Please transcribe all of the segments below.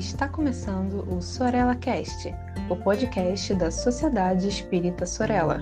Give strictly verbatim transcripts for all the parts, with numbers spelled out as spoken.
Está começando o Sorella Cast, o podcast da Sociedade Espírita Sorella.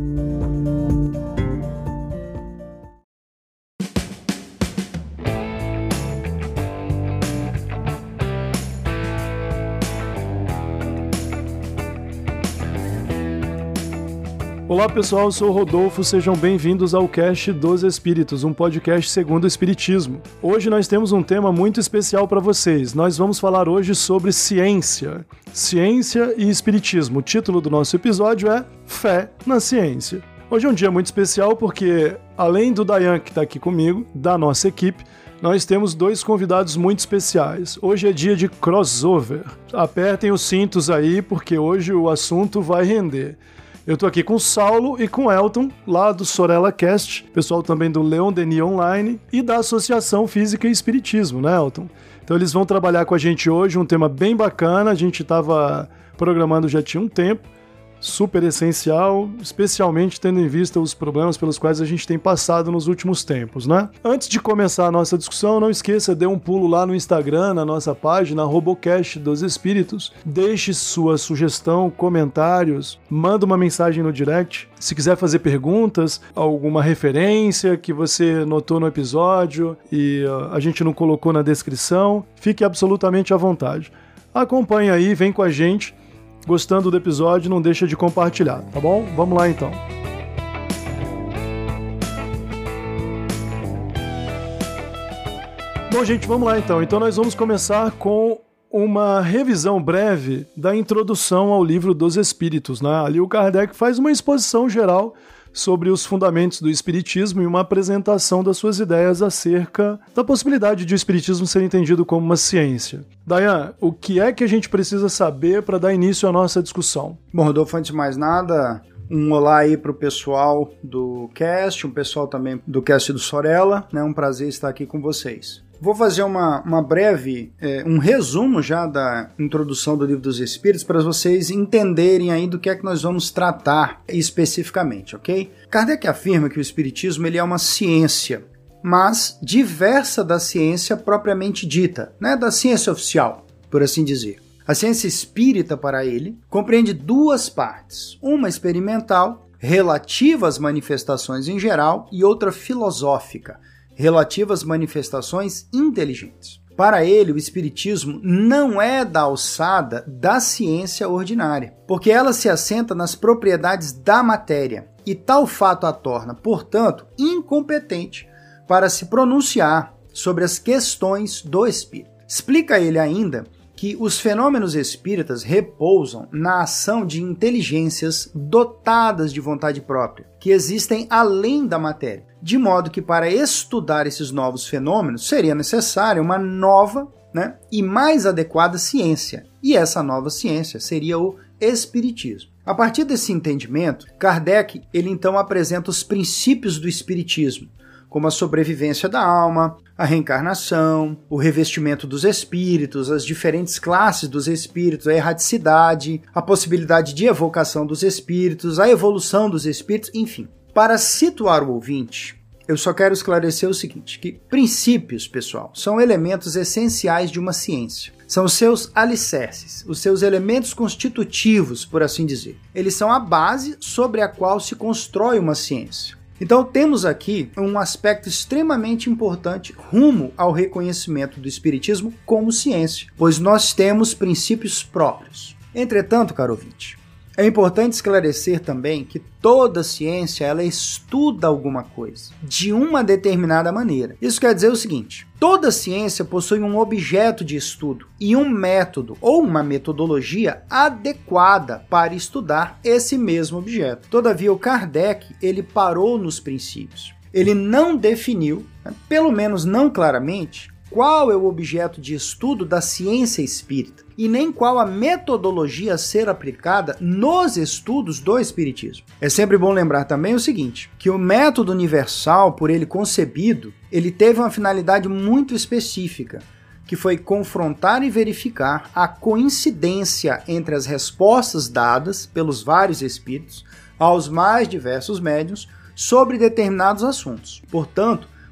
Olá pessoal, eu sou o Rodolfo, sejam bem-vindos ao Cast dos Espíritos, um podcast segundo o Espiritismo. Hoje nós temos um tema muito especial para vocês. Nós vamos falar hoje sobre ciência. Ciência e Espiritismo. O título do nosso episódio é Fé na Ciência. Hoje é um dia muito especial porque, além do Dayan que está aqui comigo, da nossa equipe, nós temos dois convidados muito especiais. Hoje é dia de crossover. Apertem os cintos aí porque hoje o assunto vai render. Eu tô aqui com o Saulo e com o Elton, lá do Sorella Cast, pessoal também do Leon Denis Online e da Associação Física e Espiritismo, né, Elton? Então eles vão trabalhar com a gente hoje, um tema bem bacana, a gente estava programando já tinha um tempo, super essencial, especialmente tendo em vista os problemas pelos quais a gente tem passado nos últimos tempos, né? Antes de começar a nossa discussão, não esqueça, dê um pulo lá no Instagram, na nossa página, Robocast dos Espíritos, deixe sua sugestão, comentários, manda uma mensagem no direct, se quiser fazer perguntas, alguma referência que você notou no episódio e uh, a gente não colocou na descrição, fique absolutamente à vontade. Acompanhe aí, vem com a gente. Gostando do episódio, não deixa de compartilhar, tá bom? Vamos lá então. Bom, gente, vamos lá então. Então nós vamos começar com uma revisão breve da introdução ao Livro dos Espíritos, né? Ali o Kardec faz uma exposição geral sobre os fundamentos do Espiritismo e uma apresentação das suas ideias acerca da possibilidade de o Espiritismo ser entendido como uma ciência. Dayan, o que é que a gente precisa saber para dar início à nossa discussão? Bom, Rodolfo, antes de mais nada, um olá aí para o pessoal do cast, um pessoal também do cast do Sorella, né? Um prazer estar aqui com vocês. Vou fazer uma, uma breve, é, um resumo já da introdução do Livro dos Espíritos para vocês entenderem aí do que é que nós vamos tratar especificamente, ok? Kardec afirma que o Espiritismo ele é uma ciência, mas diversa da ciência propriamente dita, né? Da ciência oficial, por assim dizer. A ciência espírita, para ele, compreende duas partes, uma experimental, relativa às manifestações em geral, e outra filosófica, relativa às manifestações inteligentes. Para ele, o Espiritismo não é da alçada da ciência ordinária, porque ela se assenta nas propriedades da matéria, e tal fato a torna, portanto, incompetente para se pronunciar sobre as questões do espírito. Explica ele ainda que os fenômenos espíritas repousam na ação de inteligências dotadas de vontade própria, que existem além da matéria, de modo que para estudar esses novos fenômenos seria necessária uma nova, né, e mais adequada ciência, e essa nova ciência seria o Espiritismo. A partir desse entendimento, Kardec ele então apresenta os princípios do Espiritismo, como a sobrevivência da alma, a reencarnação, o revestimento dos espíritos, as diferentes classes dos espíritos, a erraticidade, a possibilidade de evocação dos espíritos, a evolução dos espíritos, enfim. Para situar o ouvinte, eu só quero esclarecer o seguinte, que princípios, pessoal, são elementos essenciais de uma ciência. São os seus alicerces, os seus elementos constitutivos, por assim dizer. Eles são a base sobre a qual se constrói uma ciência. Então temos aqui um aspecto extremamente importante rumo ao reconhecimento do Espiritismo como ciência, pois nós temos princípios próprios. Entretanto, caro ouvinte, é importante esclarecer também que toda ciência ela estuda alguma coisa, de uma determinada maneira. Isso quer dizer o seguinte, toda ciência possui um objeto de estudo e um método ou uma metodologia adequada para estudar esse mesmo objeto. Todavia, o Kardec ele parou nos princípios. Ele não definiu, né, pelo menos não claramente, qual é o objeto de estudo da ciência espírita e nem qual a metodologia a ser aplicada nos estudos do espiritismo. É sempre bom lembrar também o seguinte, que o método universal, por ele concebido, ele teve uma finalidade muito específica, que foi confrontar e verificar a coincidência entre as respostas dadas pelos vários espíritos aos mais diversos médiuns sobre determinados assuntos. Portanto,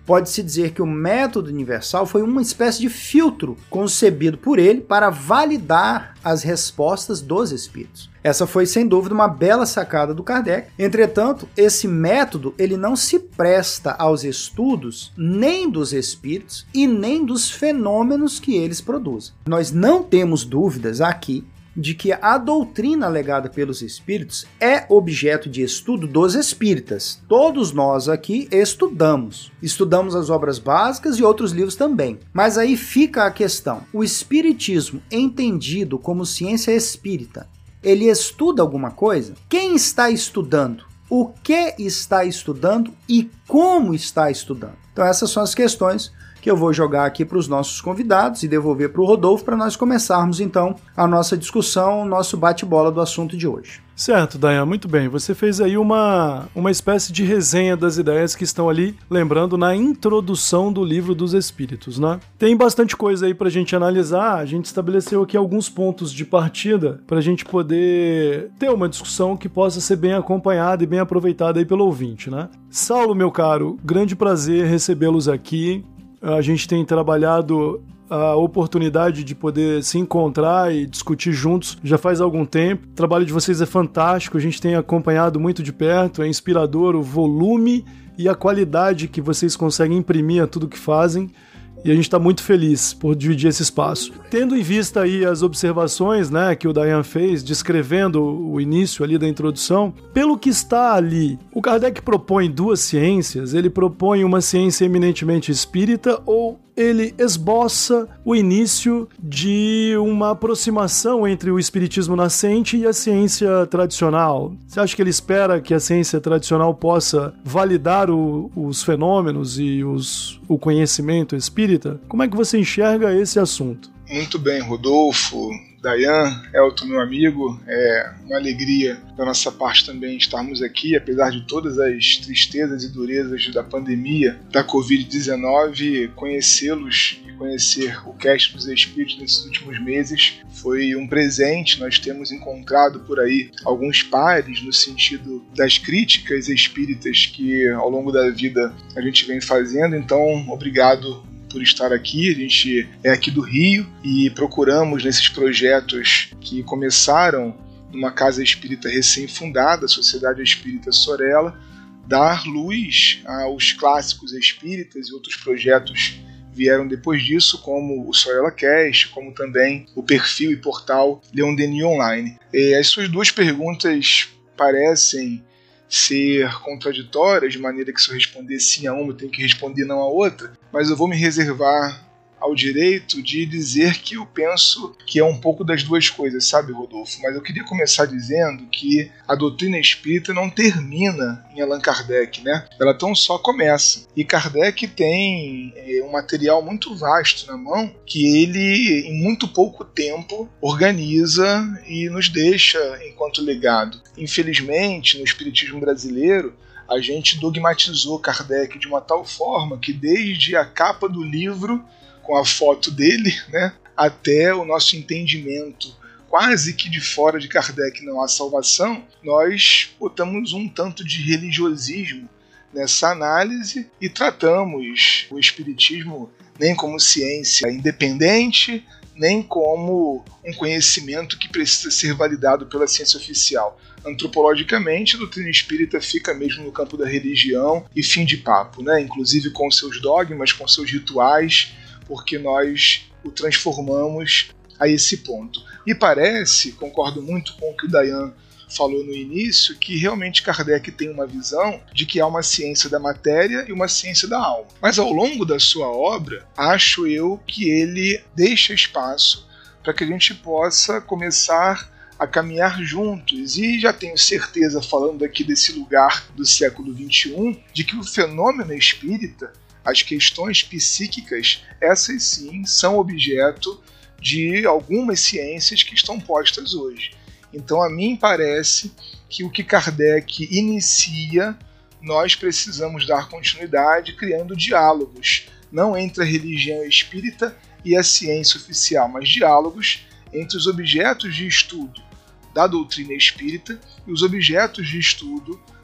Pode-se dizer que o método universal foi uma espécie de filtro concebido por ele para validar as respostas dos espíritos. Essa foi, sem dúvida, uma bela sacada do Kardec. Entretanto, esse método ele não se presta aos estudos nem dos espíritos e nem dos fenômenos que eles produzem. Nós não temos dúvidas aqui de que a doutrina legada pelos espíritos é objeto de estudo dos espíritas. Todos nós aqui estudamos. Estudamos as obras básicas e outros livros também. Mas aí fica a questão. O espiritismo, entendido como ciência espírita, ele estuda alguma coisa? Quem está estudando? O que está estudando e como está estudando? Então essas são as questões que eu vou jogar aqui para os nossos convidados e devolver para o Rodolfo para nós começarmos então a nossa discussão, o nosso bate-bola do assunto de hoje. Certo, Dayan, muito bem. Você fez aí uma, uma espécie de resenha das ideias que estão ali, lembrando, na introdução do Livro dos Espíritos, né? Tem bastante coisa aí pra gente analisar, a gente estabeleceu aqui alguns pontos de partida pra gente poder ter uma discussão que possa ser bem acompanhada e bem aproveitada aí pelo ouvinte, né? Saulo, meu caro, grande prazer recebê-los aqui. A gente tem trabalhado a oportunidade de poder se encontrar e discutir juntos já faz algum tempo. O trabalho de vocês é fantástico, a gente tem acompanhado muito de perto, é inspirador o volume e a qualidade que vocês conseguem imprimir a tudo que fazem. E a gente está muito feliz por dividir esse espaço. Tendo em vista aí as observações, né, que o Dayan fez, descrevendo o início ali da introdução, pelo que está ali, o Kardec propõe duas ciências, ele propõe uma ciência eminentemente espírita ou ele esboça o início de uma aproximação entre o espiritismo nascente e a ciência tradicional. Você acha que ele espera que a ciência tradicional possa validar o, os fenômenos e os, o conhecimento espírita? Como é que você enxerga esse assunto? Muito bem, Rodolfo, Dayan, Elton, meu amigo, é uma alegria da nossa parte também estarmos aqui, apesar de todas as tristezas e durezas da pandemia da covid dezenove, conhecê-los e conhecer o Cast dos Espíritos nesses últimos meses foi um presente. Nós temos encontrado por aí alguns pares no sentido das críticas espíritas que ao longo da vida a gente vem fazendo, então obrigado por estar aqui. A gente é aqui do Rio e procuramos nesses projetos que começaram numa casa espírita recém-fundada, a Sociedade Espírita Sorella, dar luz aos clássicos espíritas e outros projetos vieram depois disso, como o Sorella Cast, como também o perfil e portal Leon Denis Online. E as suas duas perguntas parecem ser contraditórias, de maneira que se eu responder sim a uma, eu tenho que responder não a outra, mas eu vou me reservar ao direito de dizer que eu penso que é um pouco das duas coisas, sabe, Rodolfo? Mas eu queria começar dizendo que a doutrina espírita não termina em Allan Kardec, né? Ela tão só começa. E Kardec tem é, um material muito vasto na mão que ele, em muito pouco tempo, organiza e nos deixa enquanto legado. Infelizmente, no espiritismo brasileiro, a gente dogmatizou Kardec de uma tal forma que desde a capa do livro com a foto dele, né, até o nosso entendimento quase que de fora de Kardec não há salvação, nós botamos um tanto de religiosismo nessa análise e tratamos o espiritismo nem como ciência independente, nem como um conhecimento que precisa ser validado pela ciência oficial. Antropologicamente, a doutrina espírita fica mesmo no campo da religião e fim de papo, né? Inclusive com seus dogmas, com seus rituais, porque nós o transformamos a esse ponto. E parece, concordo muito com o que o Dayan falou no início, que realmente Kardec tem uma visão de que há uma ciência da matéria e uma ciência da alma. Mas ao longo da sua obra, acho eu que ele deixa espaço para que a gente possa começar a caminhar juntos, e já tenho certeza, falando aqui desse lugar do século vinte e um, de que o fenômeno espírita, as questões psíquicas, essas sim são objeto de algumas ciências que estão postas hoje. Então a mim parece que o que Kardec inicia, nós precisamos dar continuidade criando diálogos, não entre a religião espírita e a ciência oficial, mas diálogos entre os objetos de estudo da doutrina espírita e os objetos de estudo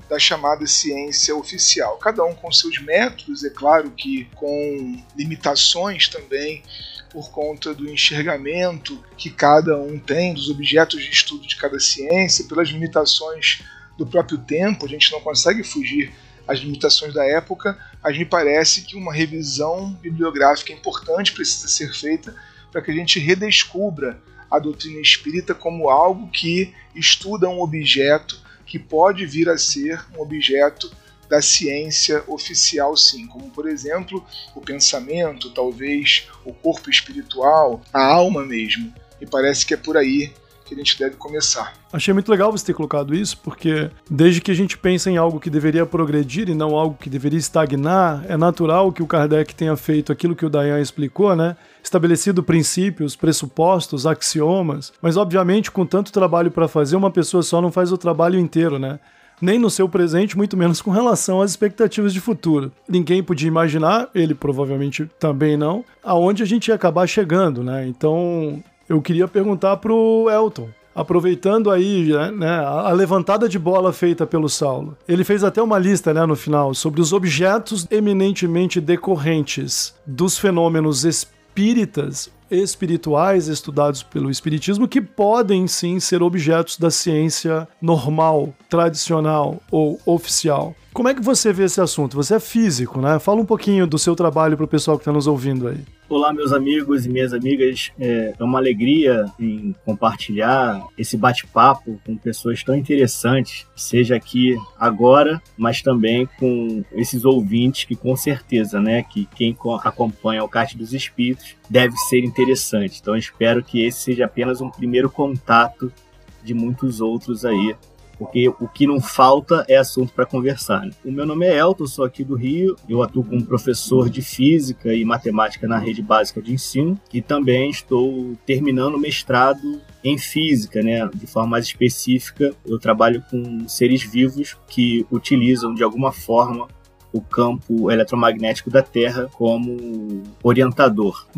da chamada ciência oficial. Cada um com seus métodos, é claro que com limitações também, por conta do enxergamento que cada um tem dos objetos de estudo de cada ciência, pelas limitações do próprio tempo, a gente não consegue fugir às limitações da época, mas me parece que uma revisão bibliográfica importante precisa ser feita para que a gente redescubra a doutrina espírita como algo que estuda um objeto que pode vir a ser um objeto da ciência oficial, sim, como, por exemplo, o pensamento, talvez o corpo espiritual, a alma mesmo. E parece que é por aí que a gente deve começar. Achei muito legal você ter colocado isso, porque desde que a gente pensa em algo que deveria progredir e não algo que deveria estagnar, é natural que o Kardec tenha feito aquilo que o Dayan explicou, né? Estabelecido princípios, pressupostos, axiomas, mas obviamente com tanto trabalho para fazer, uma pessoa só não faz o trabalho inteiro, né? Nem no seu presente, muito menos com relação às expectativas de futuro. Ninguém podia imaginar, ele provavelmente também não, aonde a gente ia acabar chegando, né? Então, eu queria perguntar pro Elton, aproveitando aí, né, a levantada de bola feita pelo Saulo. Ele fez até uma lista, né, no final, sobre os objetos eminentemente decorrentes dos fenômenos espíritas, espirituais estudados pelo espiritismo, que podem sim ser objetos da ciência normal, tradicional ou oficial. Como é que você vê esse assunto? Você é físico, né? Fala um pouquinho do seu trabalho para o pessoal que está nos ouvindo aí. Olá, meus amigos e minhas amigas. É uma alegria em compartilhar esse bate-papo com pessoas tão interessantes, seja aqui agora, mas também com esses ouvintes que, com certeza, né, que quem acompanha o Cast dos Espíritos deve ser interessante. Então, eu espero que esse seja apenas um primeiro contato de muitos outros aí, porque o que não falta é assunto para conversar, né? O meu nome é Elton, sou aqui do Rio, eu atuo como professor de Física e Matemática na rede básica de ensino e também estou terminando o mestrado em Física, né? De forma mais específica, eu trabalho com seres vivos que utilizam de alguma forma o campo eletromagnético da Terra como orientador.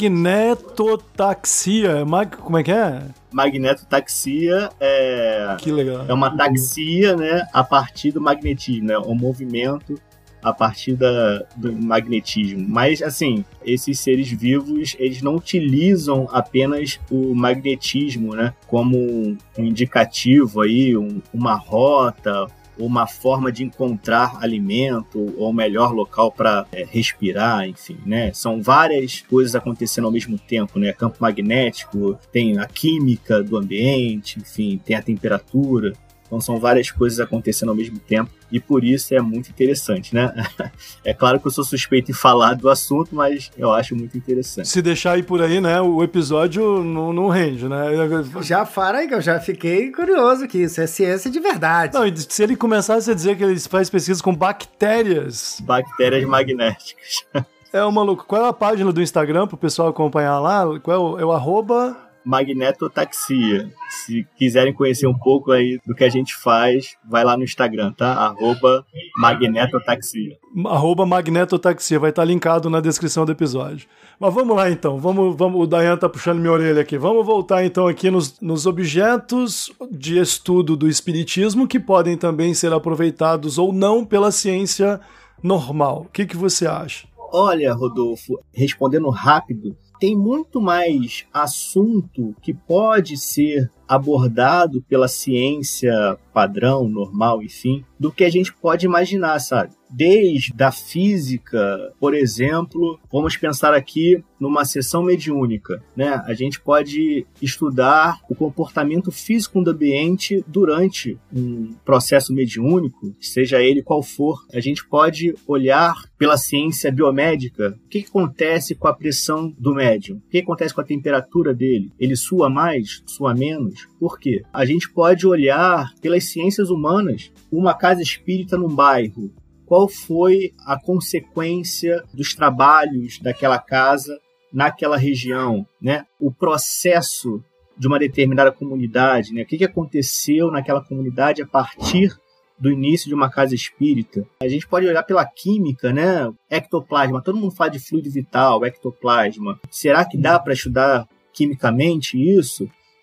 Magnetotaxia, mag... como é que é? Magnetotaxia é, que legal. É uma taxia, né, a partir do magnetismo, né, um movimento a partir da, do magnetismo. Mas, assim, esses seres vivos, eles não utilizam apenas o magnetismo, né, como um indicativo aí, um, uma rota, uma forma de encontrar alimento ou o melhor local para é, respirar, enfim, né? São várias coisas acontecendo ao mesmo tempo, né? Campo magnético, tem a química do ambiente, enfim, tem a temperatura. Então são várias coisas acontecendo ao mesmo tempo e por isso é muito interessante, né? É claro que eu sou suspeito em falar do assunto, mas eu acho muito interessante. Se deixar ir por aí, né, o episódio não, não rende, né? Já fala aí que eu já fiquei curioso que isso é ciência de verdade. Não, se ele começasse a dizer que ele faz pesquisa com bactérias... Bactérias magnéticas. É uma loucura. Qual é a página do Instagram pro pessoal acompanhar lá? Qual é o, é o arroba... Magnetotaxia. Se quiserem conhecer um pouco aí do que a gente faz, vai lá no Instagram, tá? Arroba Magnetotaxia. Arroba Magnetotaxia, vai estar linkado na descrição do episódio. Mas vamos lá então, vamos, vamos, o Dayan tá puxando minha orelha aqui. Vamos voltar então aqui nos, nos objetos de estudo do espiritismo que podem também ser aproveitados ou não pela ciência normal. O que, que você acha? Olha, Rodolfo, respondendo rápido, tem muito mais assunto que pode ser abordado pela ciência padrão, normal, enfim, do que a gente pode imaginar, sabe? Desde a física, por exemplo, vamos pensar aqui numa sessão mediúnica, né? A gente pode estudar o comportamento físico do ambiente durante um processo mediúnico, seja ele qual for. A gente pode olhar pela ciência biomédica o que acontece com a pressão do médium, o que acontece com a temperatura dele. Ele sua mais, sua menos? Por quê? A gente pode olhar pelas ciências humanas uma casa espírita num bairro. Qual foi a consequência dos trabalhos daquela casa naquela região, né? O processo de uma determinada comunidade, né? O que aconteceu naquela comunidade a partir do início de uma casa espírita. A gente pode olhar pela química, né? Ectoplasma, todo mundo fala de fluido vital, ectoplasma. Será que dá para estudar quimicamente isso?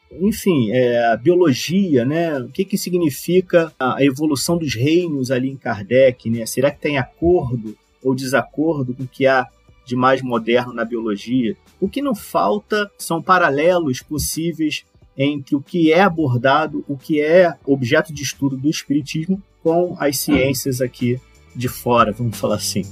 enfim, é, a biologia, né? O que, que significa a evolução dos reinos ali em Kardec, né? Será que tem acordo ou desacordo com o que há de mais moderno na biologia? O que não falta são paralelos possíveis entre o que é abordado, o que é objeto de estudo do espiritismo com as ciências aqui de fora, vamos falar assim.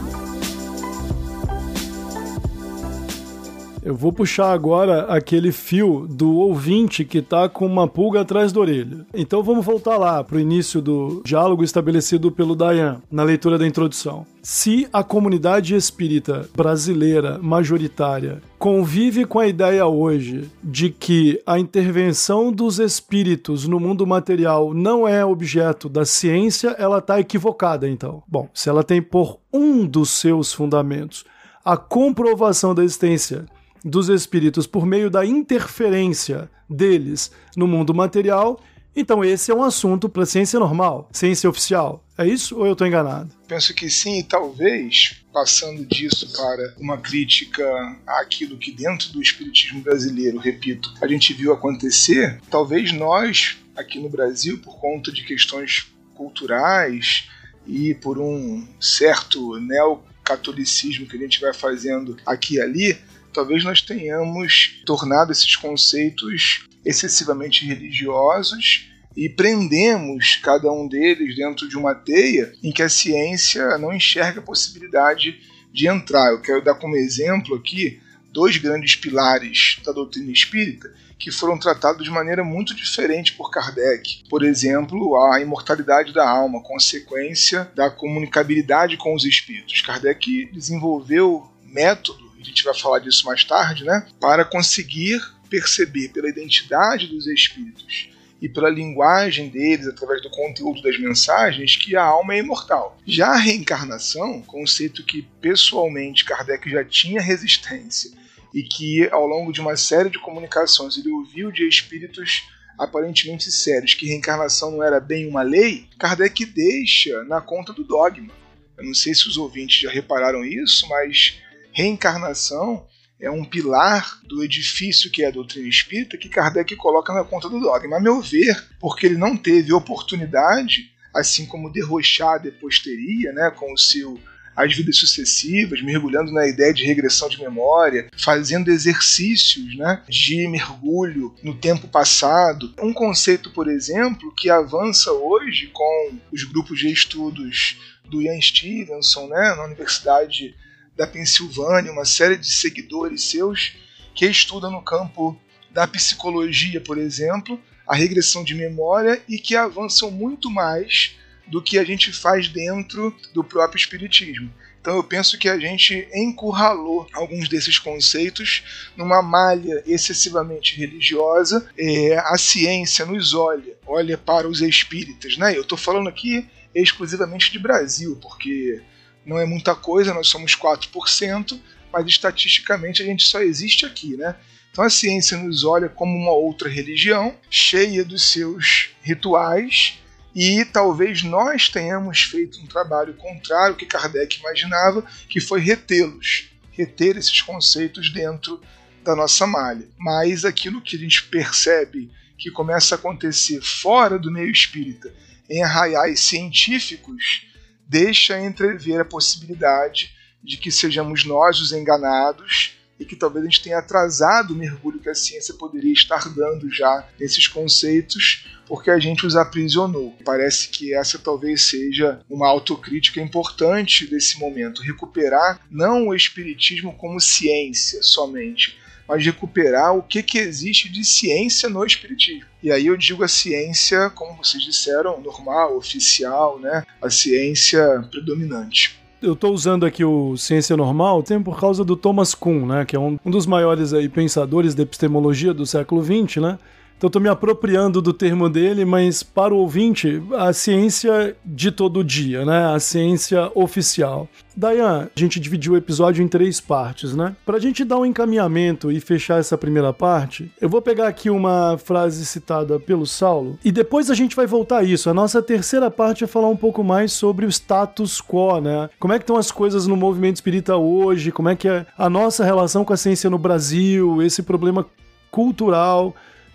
Eu vou puxar agora aquele fio do ouvinte que está com uma pulga atrás da orelha. Então vamos voltar lá para o início do diálogo estabelecido pelo Dayan, na leitura da introdução. Se a comunidade espírita brasileira majoritária convive com a ideia hoje de que a intervenção dos espíritos no mundo material não é objeto da ciência, ela está equivocada, então. Bom, se ela tem por um dos seus fundamentos a comprovação da existência dos espíritos por meio da interferência deles no mundo material, então esse é um assunto para ciência normal, ciência oficial. É isso ou eu estou enganado? Penso que sim, e talvez, passando disso para uma crítica àquilo que dentro do espiritismo brasileiro, repito, a gente viu acontecer, talvez nós, aqui no Brasil, por conta de questões culturais e por um certo neocatolicismo que a gente vai fazendo aqui e ali, talvez nós tenhamos tornado esses conceitos excessivamente religiosos e prendemos cada um deles dentro de uma teia em que a ciência não enxerga a possibilidade de entrar. Eu quero dar como exemplo aqui dois grandes pilares da doutrina espírita que foram tratados de maneira muito diferente por Kardec. Por exemplo, a imortalidade da alma, consequência da comunicabilidade com os espíritos. Kardec desenvolveu método, a gente vai falar disso mais tarde, né, para conseguir perceber pela identidade dos espíritos e pela linguagem deles, através do conteúdo das mensagens, que a alma é imortal. Já a reencarnação, conceito que pessoalmente Kardec já tinha resistência e que ao longo de uma série de comunicações ele ouviu de espíritos aparentemente sérios que reencarnação não era bem uma lei, Kardec deixa na conta do dogma. Eu não sei se os ouvintes já repararam isso, mas reencarnação é um pilar do edifício que é a doutrina espírita que Kardec coloca na conta do dogma. A meu ver, porque ele não teve oportunidade, assim como Derrochard depois teria, né, com o seu As Vidas Sucessivas, mergulhando na ideia de regressão de memória, fazendo exercícios, né, de mergulho no tempo passado. Um conceito, por exemplo, que avança hoje com os grupos de estudos do Ian Stevenson, né, na Universidade da Pensilvânia, uma série de seguidores seus que estudam no campo da psicologia, por exemplo, a regressão de memória e que avançam muito mais do que a gente faz dentro do próprio espiritismo. Então eu penso que a gente encurralou alguns desses conceitos numa malha excessivamente religiosa. É, a ciência nos olha, olha para os espíritas, né? Eu estou falando aqui exclusivamente de Brasil, porque não é muita coisa, nós somos quatro por cento, mas estatisticamente a gente só existe aqui, né? Então a ciência nos olha como uma outra religião, cheia dos seus rituais, e talvez nós tenhamos feito um trabalho contrário ao que Kardec imaginava, que foi retê-los, reter esses conceitos dentro da nossa malha. Mas aquilo que a gente percebe que começa a acontecer fora do meio espírita, em arraiais científicos, deixa entrever a possibilidade de que sejamos nós os enganados e que talvez a gente tenha atrasado o mergulho que a ciência poderia estar dando já nesses conceitos, porque a gente os aprisionou. Parece que essa talvez seja uma autocrítica importante desse momento, recuperar não o espiritismo como ciência somente, mas recuperar o que, que existe de ciência no espiritismo. E aí eu digo a ciência, como vocês disseram, normal, oficial, né? A ciência predominante. Eu estou usando aqui o ciência normal tem por causa do Thomas Kuhn, né? Que é um, um dos maiores aí, pensadores da epistemologia do século vinte, né? Então estou me apropriando do termo dele, mas para o ouvinte, a ciência de todo dia, né? A ciência oficial. Dayan, a gente dividiu o episódio em três partes, né? Para a gente dar um encaminhamento e fechar essa primeira parte, eu vou pegar aqui uma frase citada pelo Saulo e depois a gente vai voltar a isso. A nossa terceira parte é falar um pouco mais sobre o status quo, né? Como é que estão as coisas no movimento espírita hoje, como é que é a nossa relação com a ciência no Brasil, esse problema cultural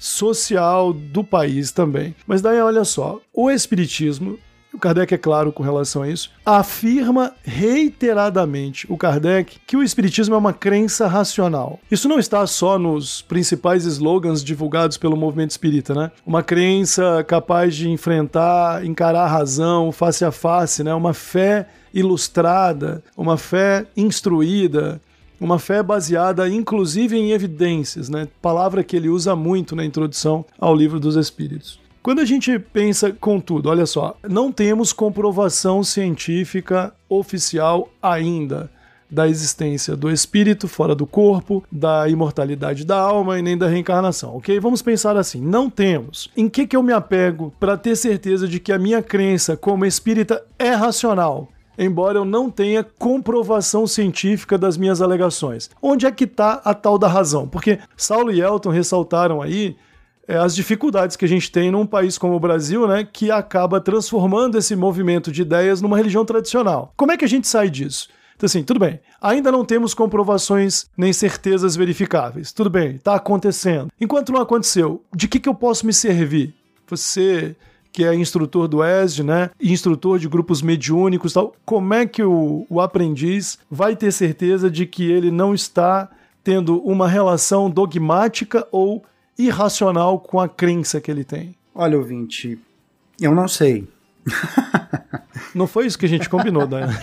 social do país também. Mas daí, olha só, o Espiritismo, o Kardec é claro com relação a isso, afirma reiteradamente, o Kardec, que o Espiritismo é uma crença racional. Isso não está só nos principais slogans divulgados pelo movimento espírita, né? Uma crença capaz de enfrentar, encarar a razão face a face, né? Uma fé ilustrada, uma fé instruída, uma fé baseada inclusive em evidências, né? Palavra que ele usa muito na introdução ao Livro dos Espíritos. Quando a gente pensa, contudo, olha só, não temos comprovação científica oficial ainda da existência do espírito fora do corpo, da imortalidade da alma e nem da reencarnação, ok? Vamos pensar assim, não temos. Em que que eu me apego para ter certeza de que a minha crença como espírita é racional, embora eu não tenha comprovação científica das minhas alegações? Onde é que está a tal da razão? Porque Saulo e Elton ressaltaram aí as dificuldades que a gente tem num país como o Brasil, né, que acaba transformando esse movimento de ideias numa religião tradicional. Como é que a gente sai disso? Então assim, tudo bem, ainda não temos comprovações nem certezas verificáveis. Tudo bem, está acontecendo. Enquanto não aconteceu, de que, que eu posso me servir? Você que é instrutor do E S D, né, e instrutor de grupos mediúnicos, tal, como é que o, o aprendiz vai ter certeza de que ele não está tendo uma relação dogmática ou irracional com a crença que ele tem? Olha, ouvinte, eu não sei. Não foi isso que a gente combinou, Daiane.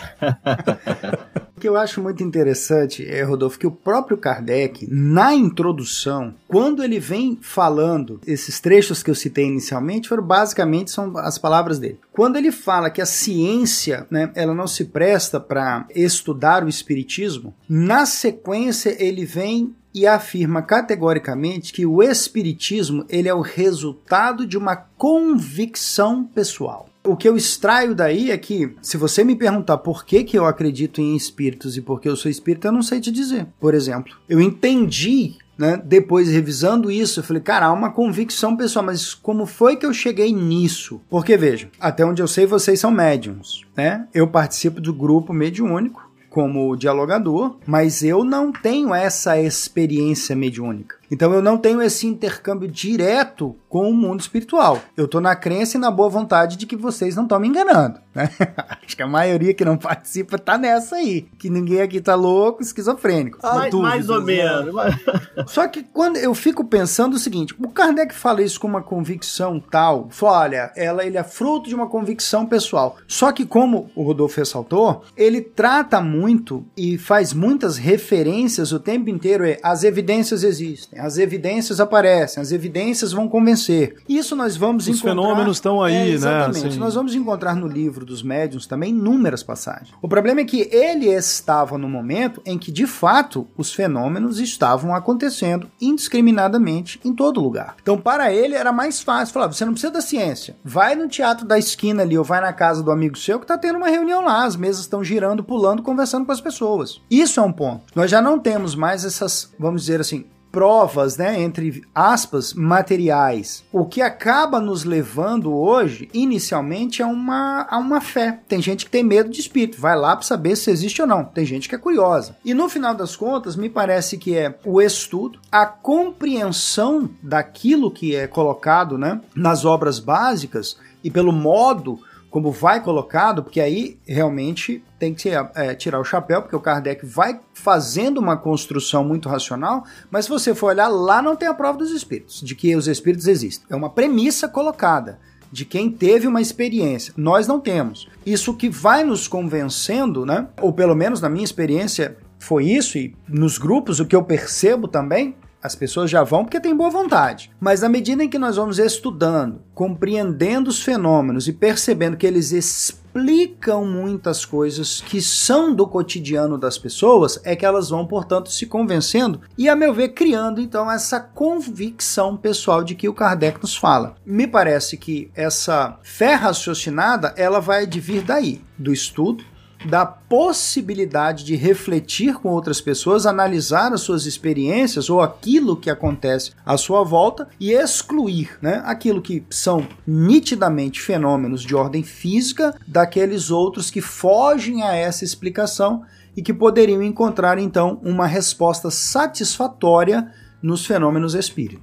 O que eu acho muito interessante, é, Rodolfo, que o próprio Kardec, na introdução, quando ele vem falando, esses trechos que eu citei inicialmente, foram basicamente são as palavras dele. Quando ele fala que a ciência, né, ela não se presta para estudar o espiritismo, na sequência ele vem e afirma categoricamente que o espiritismo ele é o resultado de uma convicção pessoal. O que eu extraio daí é que, se você me perguntar por que, que eu acredito em espíritos e por que eu sou espírita, eu não sei te dizer. Por exemplo, eu entendi, né, depois revisando isso, eu falei, cara, há uma convicção pessoal, mas como foi que eu cheguei nisso? Porque, veja, até onde eu sei, vocês são médiums, né? Eu participo do grupo mediúnico como dialogador, mas eu não tenho essa experiência mediúnica. Então eu não tenho esse intercâmbio direto com o mundo espiritual. Eu estou na crença e na boa vontade de que vocês não estão me enganando, né? Acho que a maioria que não participa está nessa aí. Que ninguém aqui está louco, esquizofrênico. Ah, mais, mais ou menos. Só que quando eu fico pensando o seguinte, o Kardec fala isso com uma convicção tal, fala, olha, ela, ele é fruto de uma convicção pessoal. Só que como o Rodolfo ressaltou, ele trata muito e faz muitas referências o tempo inteiro, é, as evidências existem. As evidências aparecem, as evidências vão convencer. Isso nós vamos Os encontrar... Os fenômenos estão aí, é, exatamente, né? Assim... Nós vamos encontrar no livro dos médiuns também inúmeras passagens. O problema é que ele estava no momento em que, de fato, os fenômenos estavam acontecendo indiscriminadamente em todo lugar. Então, para ele, era mais fácil falar, você não precisa da ciência. Vai no teatro da esquina ali, ou vai na casa do amigo seu que está tendo uma reunião lá. As mesas estão girando, pulando, conversando com as pessoas. Isso é um ponto. Nós já não temos mais essas, vamos dizer assim, provas, né, entre aspas, materiais. O que acaba nos levando hoje, inicialmente, a uma, a uma fé. Tem gente que tem medo de espírito, vai lá para saber se existe ou não. Tem gente que é curiosa. E no final das contas, me parece que é o estudo, a compreensão daquilo que é colocado, né, nas obras básicas e pelo modo como vai colocado, porque aí realmente tem que é, tirar o chapéu, porque o Kardec vai fazendo uma construção muito racional, mas se você for olhar, lá não tem a prova dos espíritos, de que os espíritos existem. É uma premissa colocada de quem teve uma experiência. Nós não temos. Isso que vai nos convencendo, né? Ou pelo menos na minha experiência foi isso, e nos grupos o que eu percebo também, as pessoas já vão porque tem boa vontade. Mas na medida em que nós vamos estudando, compreendendo os fenômenos e percebendo que eles explicam muitas coisas que são do cotidiano das pessoas, é que elas vão, portanto, se convencendo e, a meu ver, criando, então, essa convicção pessoal de que o Kardec nos fala. Me parece que essa fé raciocinada, ela vai advir daí, do estudo, da possibilidade de refletir com outras pessoas, analisar as suas experiências ou aquilo que acontece à sua volta e excluir, né, aquilo que são nitidamente fenômenos de ordem física daqueles outros que fogem a essa explicação e que poderiam encontrar então uma resposta satisfatória nos fenômenos espíritas.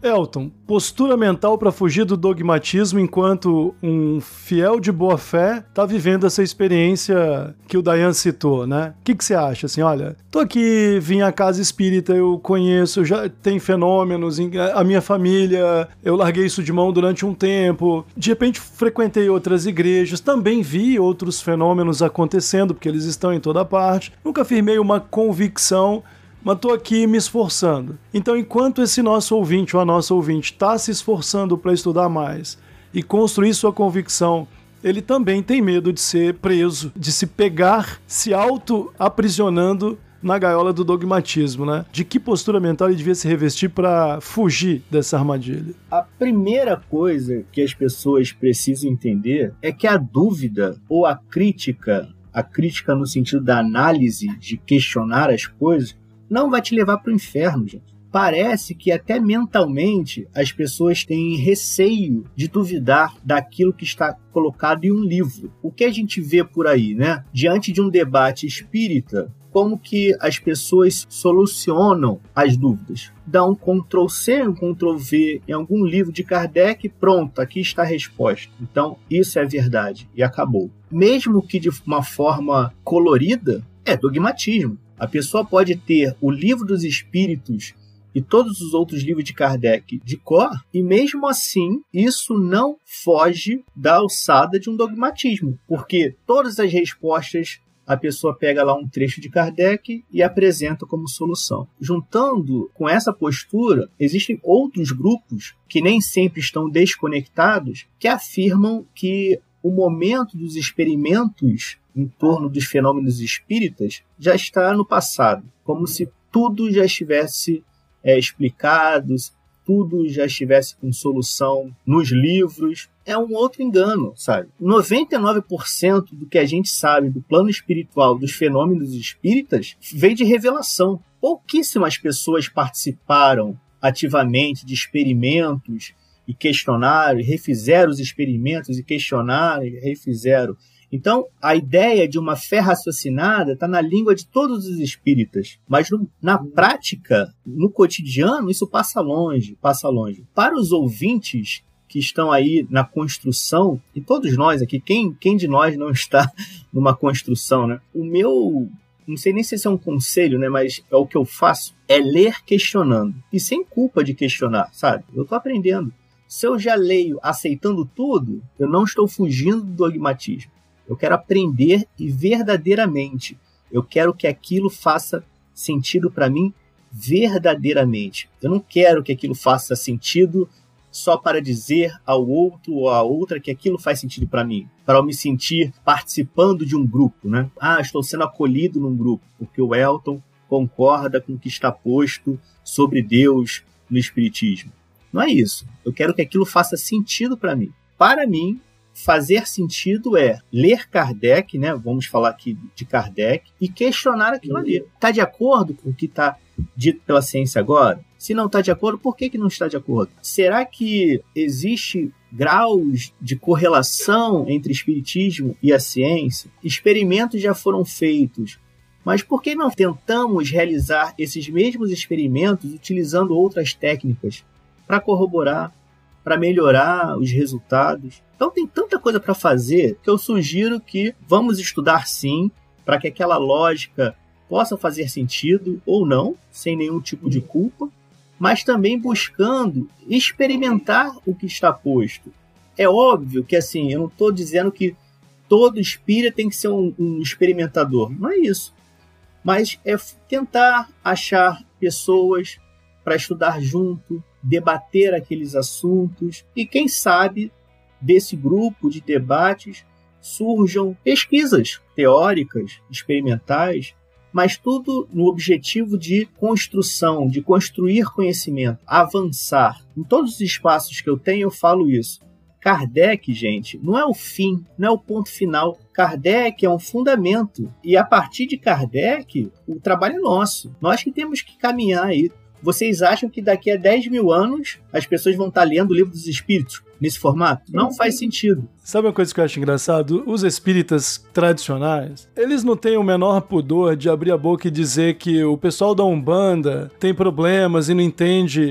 Elton, postura mental para fugir do dogmatismo enquanto um fiel de boa fé tá vivendo essa experiência que o Dayan citou, né? O que que você acha? Assim, olha, tô aqui, vim à casa espírita, eu conheço, já tem fenômenos, a minha família, eu larguei isso de mão durante um tempo, de repente frequentei outras igrejas, também vi outros fenômenos acontecendo, porque eles estão em toda parte, nunca firmei uma convicção, mas estou aqui me esforçando. Então, enquanto esse nosso ouvinte ou a nossa ouvinte está se esforçando para estudar mais e construir sua convicção, ele também tem medo de ser preso, de se pegar, se auto-aprisionando na gaiola do dogmatismo, né? De que postura mental ele devia se revestir para fugir dessa armadilha? A primeira coisa que as pessoas precisam entender é que a dúvida ou a crítica, a crítica no sentido da análise, de questionar as coisas, não vai te levar para o inferno, gente. Parece que até mentalmente as pessoas têm receio de duvidar daquilo que está colocado em um livro. O que a gente vê por aí, né? Diante de um debate espírita, como que as pessoas solucionam as dúvidas? Dá um control C, um control V em algum livro de Kardec, pronto, aqui está a resposta. Então, isso é verdade e acabou. Mesmo que de uma forma colorida, é dogmatismo. A pessoa pode ter o Livro dos Espíritos e todos os outros livros de Kardec de cor, e mesmo assim, isso não foge da alçada de um dogmatismo, porque todas as respostas a pessoa pega lá um trecho de Kardec e apresenta como solução. Juntando com essa postura, existem outros grupos que nem sempre estão desconectados, que afirmam que o momento dos experimentos em torno dos fenômenos espíritas já está no passado, como se tudo já estivesse é, explicado, tudo já estivesse com solução nos livros. É um outro engano, sabe? noventa e nove por cento do que a gente sabe do plano espiritual dos fenômenos espíritas veio de revelação. Pouquíssimas pessoas participaram ativamente de experimentos e questionaram, e refizeram os experimentos e questionaram e refizeram. Então, a ideia de uma fé raciocinada está na língua de todos os espíritas, mas no, na prática, no cotidiano, isso passa longe, passa longe. Para os ouvintes que estão aí na construção, e todos nós aqui, quem, quem de nós não está numa construção, né? O meu, não sei nem se esse é um conselho, né? Mas é o que eu faço, é ler questionando, e sem culpa de questionar, sabe? Eu estou aprendendo. Se eu já leio aceitando tudo, eu não estou fugindo do dogmatismo. Eu quero aprender e verdadeiramente. Eu quero que aquilo faça sentido para mim verdadeiramente. Eu não quero que aquilo faça sentido só para dizer ao outro ou à outra que aquilo faz sentido para mim, para eu me sentir participando de um grupo, né? Ah, estou sendo acolhido num grupo, porque o Elton concorda com o que está posto sobre Deus no Espiritismo. Não é isso. Eu quero que aquilo faça sentido para mim. Para mim, fazer sentido é ler Kardec, né? Vamos falar aqui de Kardec, e questionar aquilo ali. Está de acordo com o que está dito pela ciência agora? Se não está de acordo, por que, que não está de acordo? Será que existe graus de correlação entre espiritismo e a ciência? Experimentos já foram feitos, mas por que não tentamos realizar esses mesmos experimentos utilizando outras técnicas para corroborar, para melhorar os resultados? Então tem tanta coisa para fazer que eu sugiro que vamos estudar sim, para que aquela lógica possa fazer sentido ou não, sem nenhum tipo de culpa, mas também buscando experimentar o que está posto. É óbvio que assim, eu não estou dizendo que todo espírita tem que ser um, um experimentador, não é isso. Mas é tentar achar pessoas para estudar junto, debater aqueles assuntos e quem sabe desse grupo de debates surjam pesquisas teóricas, experimentais, mas tudo no objetivo de construção, de construir conhecimento, avançar. Em todos os espaços que eu tenho eu falo isso. Kardec, gente, não é o fim, não é o ponto final. Kardec é um fundamento e a partir de Kardec o trabalho é nosso. Nós que temos que caminhar aí. Vocês acham que daqui a dez mil anos as pessoas vão estar lendo o Livro dos Espíritos nesse formato? Não faz sentido. Sabe uma coisa que eu acho engraçado? Os espíritas tradicionais, eles não têm o menor pudor de abrir a boca e dizer que o pessoal da Umbanda tem problemas e não entende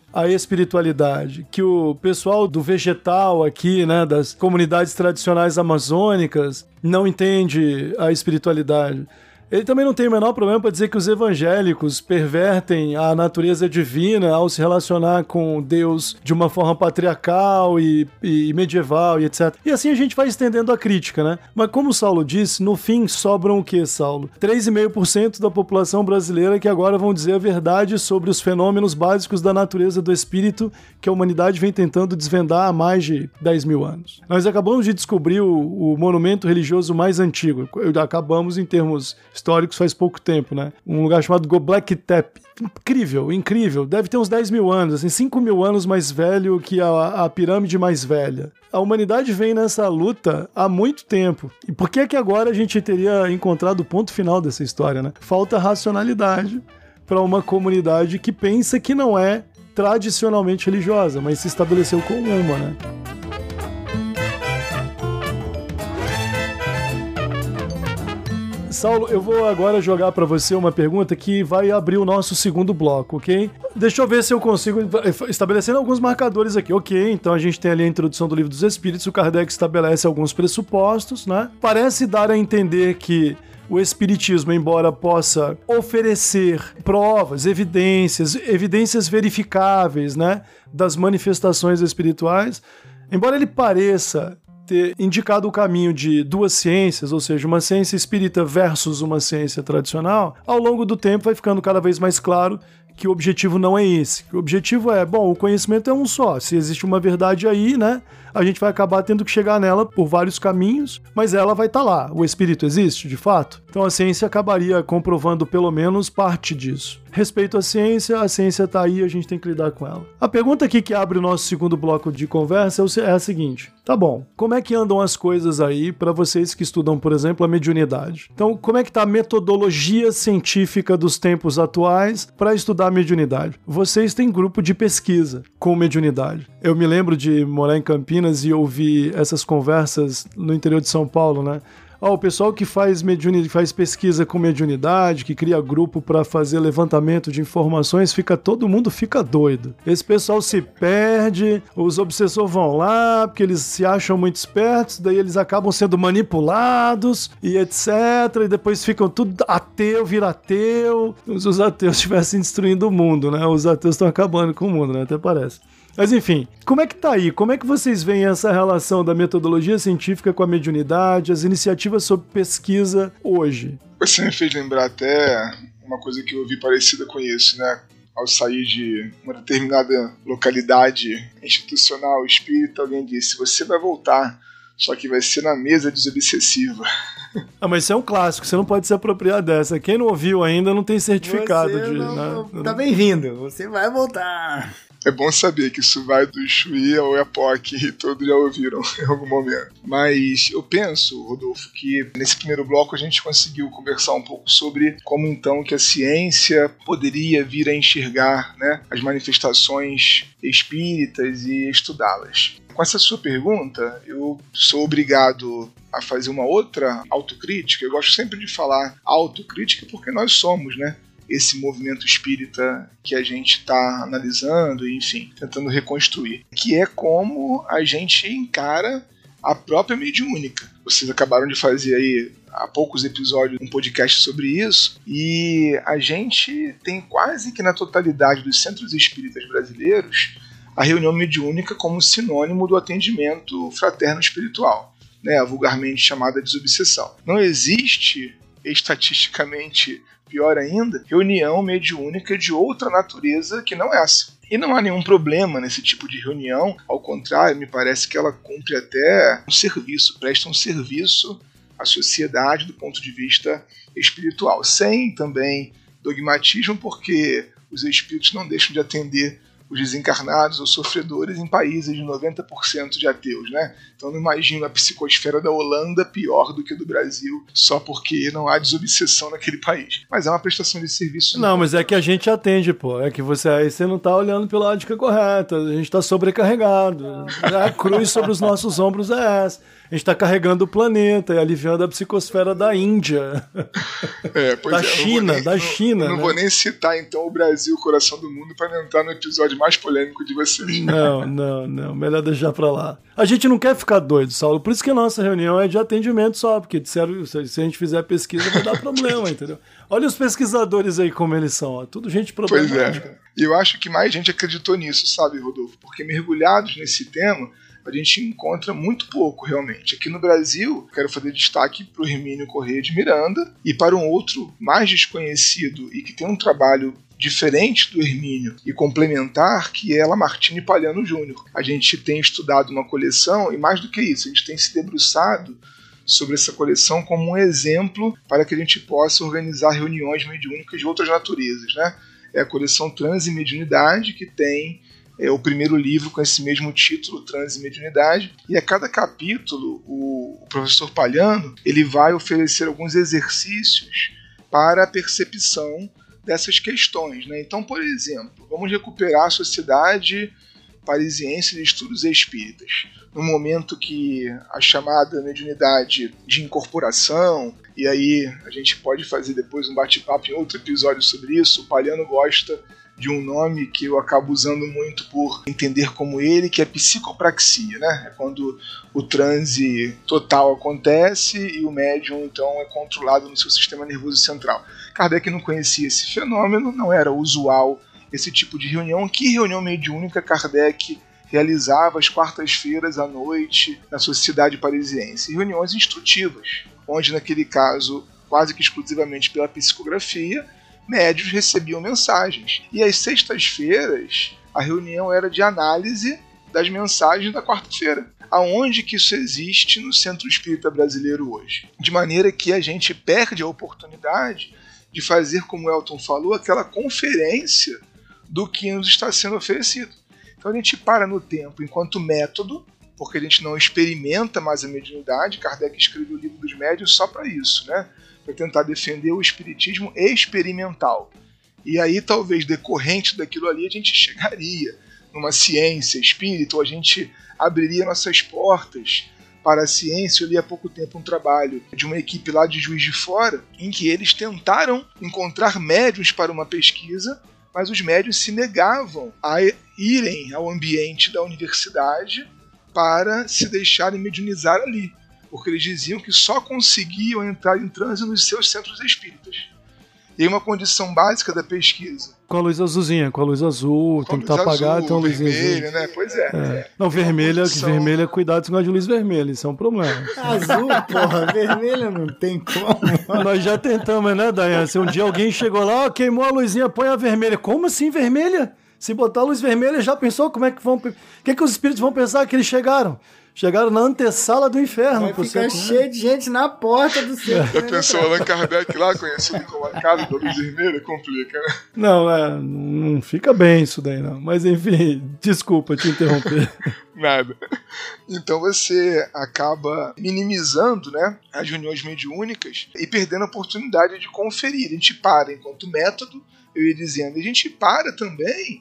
a espiritualidade, que o pessoal do vegetal aqui, né, das comunidades tradicionais amazônicas, não entende a espiritualidade. Ele também não tem o menor problema para dizer que os evangélicos pervertem a natureza divina ao se relacionar com Deus de uma forma patriarcal e, e medieval e etcétera. E assim a gente vai estendendo a crítica, né? Mas como o Saulo disse, no fim sobram o quê, Saulo? três vírgula cinco por cento da população brasileira que agora vão dizer a verdade sobre os fenômenos básicos da natureza do espírito que a humanidade vem tentando desvendar há mais de dez mil anos. Nós acabamos de descobrir o, o monumento religioso mais antigo. Acabamos em termos históricos faz pouco tempo, né? Um lugar chamado Göbekli Tepe. Incrível, incrível. Deve ter uns dez mil anos, assim, cinco mil anos mais velho que a, a pirâmide mais velha. A humanidade vem nessa luta há muito tempo. E por que é que agora a gente teria encontrado o ponto final dessa história, né? Falta racionalidade para uma comunidade que pensa que não é tradicionalmente religiosa, mas se estabeleceu como uma, né? Saulo, eu vou agora jogar para você uma pergunta que vai abrir o nosso segundo bloco, ok? Deixa eu ver se eu consigo estabelecendo alguns marcadores aqui. Ok, então a gente tem ali a introdução do Livro dos Espíritos, o Kardec estabelece alguns pressupostos, né? Parece dar a entender que o Espiritismo, embora possa oferecer provas, evidências, evidências verificáveis, né, das manifestações espirituais, embora ele pareça ter indicado o caminho de duas ciências, ou seja, uma ciência espírita versus uma ciência tradicional, ao longo do tempo vai ficando cada vez mais claro que o objetivo não é esse. O objetivo é, bom, o conhecimento é um só. Se existe uma verdade aí, né, a gente vai acabar tendo que chegar nela por vários caminhos, mas ela vai estar lá. O espírito existe, de fato? Então a ciência acabaria comprovando pelo menos parte disso. Respeito à ciência, a ciência está aí, a gente tem que lidar com ela. A pergunta aqui que abre o nosso segundo bloco de conversa é a seguinte. Tá bom, como é que andam as coisas aí para vocês que estudam, por exemplo, a mediunidade? Então, como é que está a metodologia científica dos tempos atuais para estudar a mediunidade? Vocês têm grupo de pesquisa com mediunidade. Eu me lembro de morar em Campinas e ouvir essas conversas no interior de São Paulo, né? Oh, o pessoal que faz, mediuni- faz pesquisa com mediunidade, que cria grupo para fazer levantamento de informações, fica, todo mundo fica doido. Esse pessoal se perde, os obsessores vão lá, porque eles se acham muito espertos, daí eles acabam sendo manipulados e etcétera. E depois ficam tudo ateu, vira ateu. Os, os ateus estivessem destruindo o mundo, né? Os ateus estão acabando com o mundo, né? Até parece. Mas enfim, como é que tá aí? Como é que vocês veem essa relação da metodologia científica com a mediunidade, as iniciativas sobre pesquisa hoje? Você me fez lembrar até uma coisa que eu ouvi parecida com isso, né? Ao sair de uma determinada localidade institucional espírita, alguém disse, você vai voltar, só que vai ser na mesa desobsessiva. Ah, mas isso é um clássico, você não pode se apropriar dessa. Quem não ouviu ainda não tem certificado você de... Não, né? Tá bem-vindo, você vai voltar. É bom saber que isso vai do Chuí ao Iapoque e todos já ouviram em algum momento. Mas eu penso, Rodolfo, que nesse primeiro bloco a gente conseguiu conversar um pouco sobre como então que a ciência poderia vir a enxergar, né, as manifestações espíritas e estudá-las. Com essa sua pergunta, eu sou obrigado a fazer uma outra autocrítica. Eu gosto sempre de falar autocrítica porque nós somos, né, esse movimento espírita que a gente está analisando e, enfim, tentando reconstruir, que é como a gente encara a própria mediúnica. Vocês acabaram de fazer aí há poucos episódios um podcast sobre isso, e a gente tem quase que na totalidade dos centros espíritas brasileiros a reunião mediúnica como sinônimo do atendimento fraterno espiritual, né, vulgarmente chamada desobsessão. Não existe, estatisticamente, pior ainda, reunião mediúnica de outra natureza que não essa. E não há nenhum problema nesse tipo de reunião, ao contrário, me parece que ela cumpre até um serviço, presta um serviço à sociedade do ponto de vista espiritual, sem também dogmatismo, porque os espíritos não deixam de atender os desencarnados ou sofredores em países de noventa por cento de ateus, né? Então não imagino a psicosfera da Holanda pior do que a do Brasil, só porque não há desobsessão naquele país. Mas é uma prestação de serviço. Não, mas é que a gente atende, pô. É que você aí você não tá olhando pela ótica correta. A gente tá sobrecarregado. A cruz sobre os nossos ombros é essa. A gente tá carregando o planeta e aliviando a psicosfera da Índia. É, pois da é, China, nem, da não, China. Não né? vou nem citar, então, o Brasil, o coração do mundo, para não entrar no episódio mais polêmico de vocês. Não, não, não. Melhor deixar pra lá. A gente não quer ficar doido, Saulo. Por isso que a nossa reunião é de atendimento só, porque disseram, se a gente fizer pesquisa vai dar problema, entendeu? Olha os pesquisadores aí como eles são, ó. Tudo gente problemática. Pois é. E eu acho que mais gente acreditou nisso, sabe, Rodolfo? Porque mergulhados nesse tema, a gente encontra muito pouco, realmente. Aqui no Brasil, quero fazer destaque para o Hermínio Corrêa de Miranda e para um outro mais desconhecido e que tem um trabalho diferente do Hermínio e complementar, que é Lamartine Palhano Júnior A gente tem estudado uma coleção e, mais do que isso, a gente tem se debruçado sobre essa coleção como um exemplo para que a gente possa organizar reuniões mediúnicas de outras naturezas, né? É a coleção Transe e Mediunidade, que tem é, o primeiro livro com esse mesmo título, Transe e Mediunidade, e a cada capítulo o, o professor Palhano ele vai oferecer alguns exercícios para a percepção dessas questões, né? Então, por exemplo, vamos recuperar a Sociedade Parisiense de Estudos Espíritas, no momento que a chamada mediunidade de incorporação, e aí a gente pode fazer depois um bate-papo em outro episódio sobre isso. O Palhano gosta de um nome que eu acabo usando muito por entender como ele, que é psicopraxia, né? É quando o transe total acontece e o médium, então, é controlado no seu sistema nervoso central. Kardec não conhecia esse fenômeno, não era usual esse tipo de reunião. Que reunião mediúnica Kardec realizava às quartas-feiras à noite na Sociedade Parisiense? Reuniões instrutivas, onde, naquele caso, quase que exclusivamente pela psicografia, médios recebiam mensagens. E às sextas-feiras, a reunião era de análise das mensagens da quarta-feira. Aonde que isso existe no Centro Espírita Brasileiro hoje? De maneira que a gente perde a oportunidade de fazer, como o Elton falou, aquela conferência do que nos está sendo oferecido. Então a gente para no tempo enquanto método, porque a gente não experimenta mais a mediunidade. Kardec escreveu o Livro dos Médiuns só para isso, né? Para tentar defender o espiritismo experimental. E aí, talvez, decorrente daquilo ali, a gente chegaria numa ciência espírita, ou a gente abriria nossas portas para a ciência. Eu li há pouco tempo um trabalho de uma equipe lá de Juiz de Fora, em que eles tentaram encontrar médiuns para uma pesquisa, mas os médiuns se negavam a irem ao ambiente da universidade para se deixarem mediunizar ali, porque eles diziam que só conseguiam entrar em transe nos seus centros espíritas. E aí uma condição básica da pesquisa. Com a luz azulzinha, com a luz azul, com tem que estar apagado, tem uma luzinha vermelha, né? Pois é. é. Não, vermelha, condição... vermelha, cuidado com a de luz vermelha, isso é um problema. Azul, porra, vermelha não tem como. Nós já tentamos, né, Dayan? Se um dia alguém chegou lá, ó, queimou a luzinha, põe a vermelha. Como assim vermelha? Se botar a luz vermelha, já pensou como é que vão... O que, que os espíritos vão pensar que eles chegaram? Chegaram na antessala do inferno. Vai ficar cheio de gente na porta do centro. Já pensou Allan Kardec lá, conhecido como a casa da luz vermelha? Complica, né? Não, é, não fica bem isso daí, não. Mas enfim, desculpa te interromper. Nada. Então você acaba minimizando, né, as reuniões mediúnicas e perdendo a oportunidade de conferir. A gente para enquanto método, eu ia dizendo, a gente para também